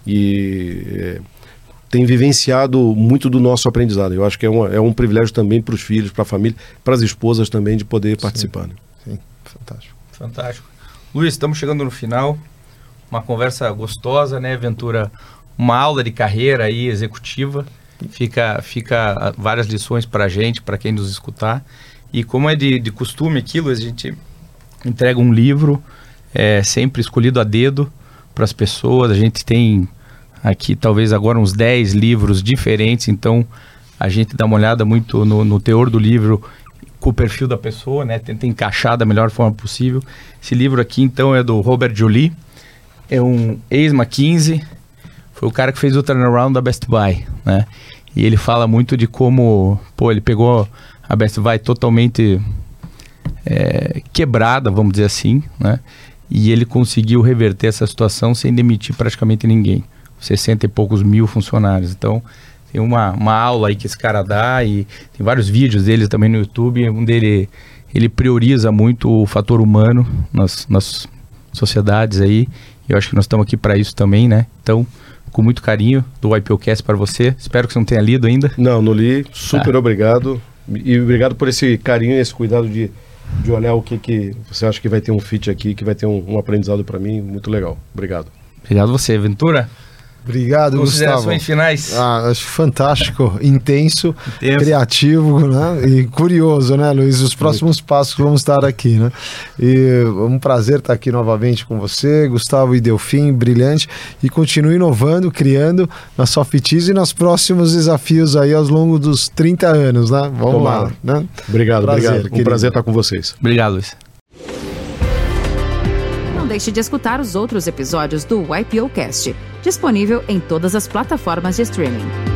e, é, tem vivenciado muito do nosso aprendizado. Eu acho que é, uma, é um privilégio também para os filhos, para a família, para as esposas também de poder participar. Sim, né? Sim, fantástico. Fantástico. Luiz, estamos chegando no final, uma conversa gostosa, né, Ventura? Uma aula de carreira aí, executiva. Fica, fica várias lições para a gente, para quem nos escutar. E como é de, de costume aquilo, a gente entrega um livro, é, sempre escolhido a dedo para as pessoas. A gente tem aqui talvez agora uns dez livros diferentes, então a gente dá uma olhada muito no, no teor do livro, com o perfil da pessoa, né? Tenta encaixar da melhor forma possível. Esse livro aqui, então, é do Robert Joly, é um ex-McKinsey, foi o cara que fez o turnaround da Best Buy, né? E ele fala muito de como, pô, ele pegou a Best Buy totalmente é, quebrada, vamos dizer assim, né? E ele conseguiu reverter essa situação sem demitir praticamente ninguém. sessenta e poucos mil funcionários. Então, tem uma, uma aula aí que esse cara dá e tem vários vídeos dele também no YouTube, onde ele, ele prioriza muito o fator humano nas, nas sociedades aí. E eu acho que nós estamos aqui para isso também, né? Então, com muito carinho, do IPOcast para você. Espero que você não tenha lido ainda. Não, não li. Super ah. obrigado. E obrigado por esse carinho e esse cuidado de, de olhar o que, que você acha que vai ter um fit aqui, que vai ter um, um aprendizado para mim. Muito legal. Obrigado. Obrigado a você, Ventura. Obrigado, Considerações Gustavo. finais. Ah, acho fantástico, intenso, intenso, criativo, né? E curioso, né, Luiz? Os próximos Muito. passos que vamos estar aqui, né? E um prazer estar aqui novamente com você, Gustavo e Delfim, brilhante. E continue inovando, criando na Sofitiz e nos próximos desafios aí ao longo dos trinta anos, né? Vamos Tomara. lá, né? Obrigado, prazer, obrigado. Querido. Um prazer estar com vocês. Obrigado, Luiz. Não deixe de escutar os outros episódios do IPOcast, disponível em todas as plataformas de streaming.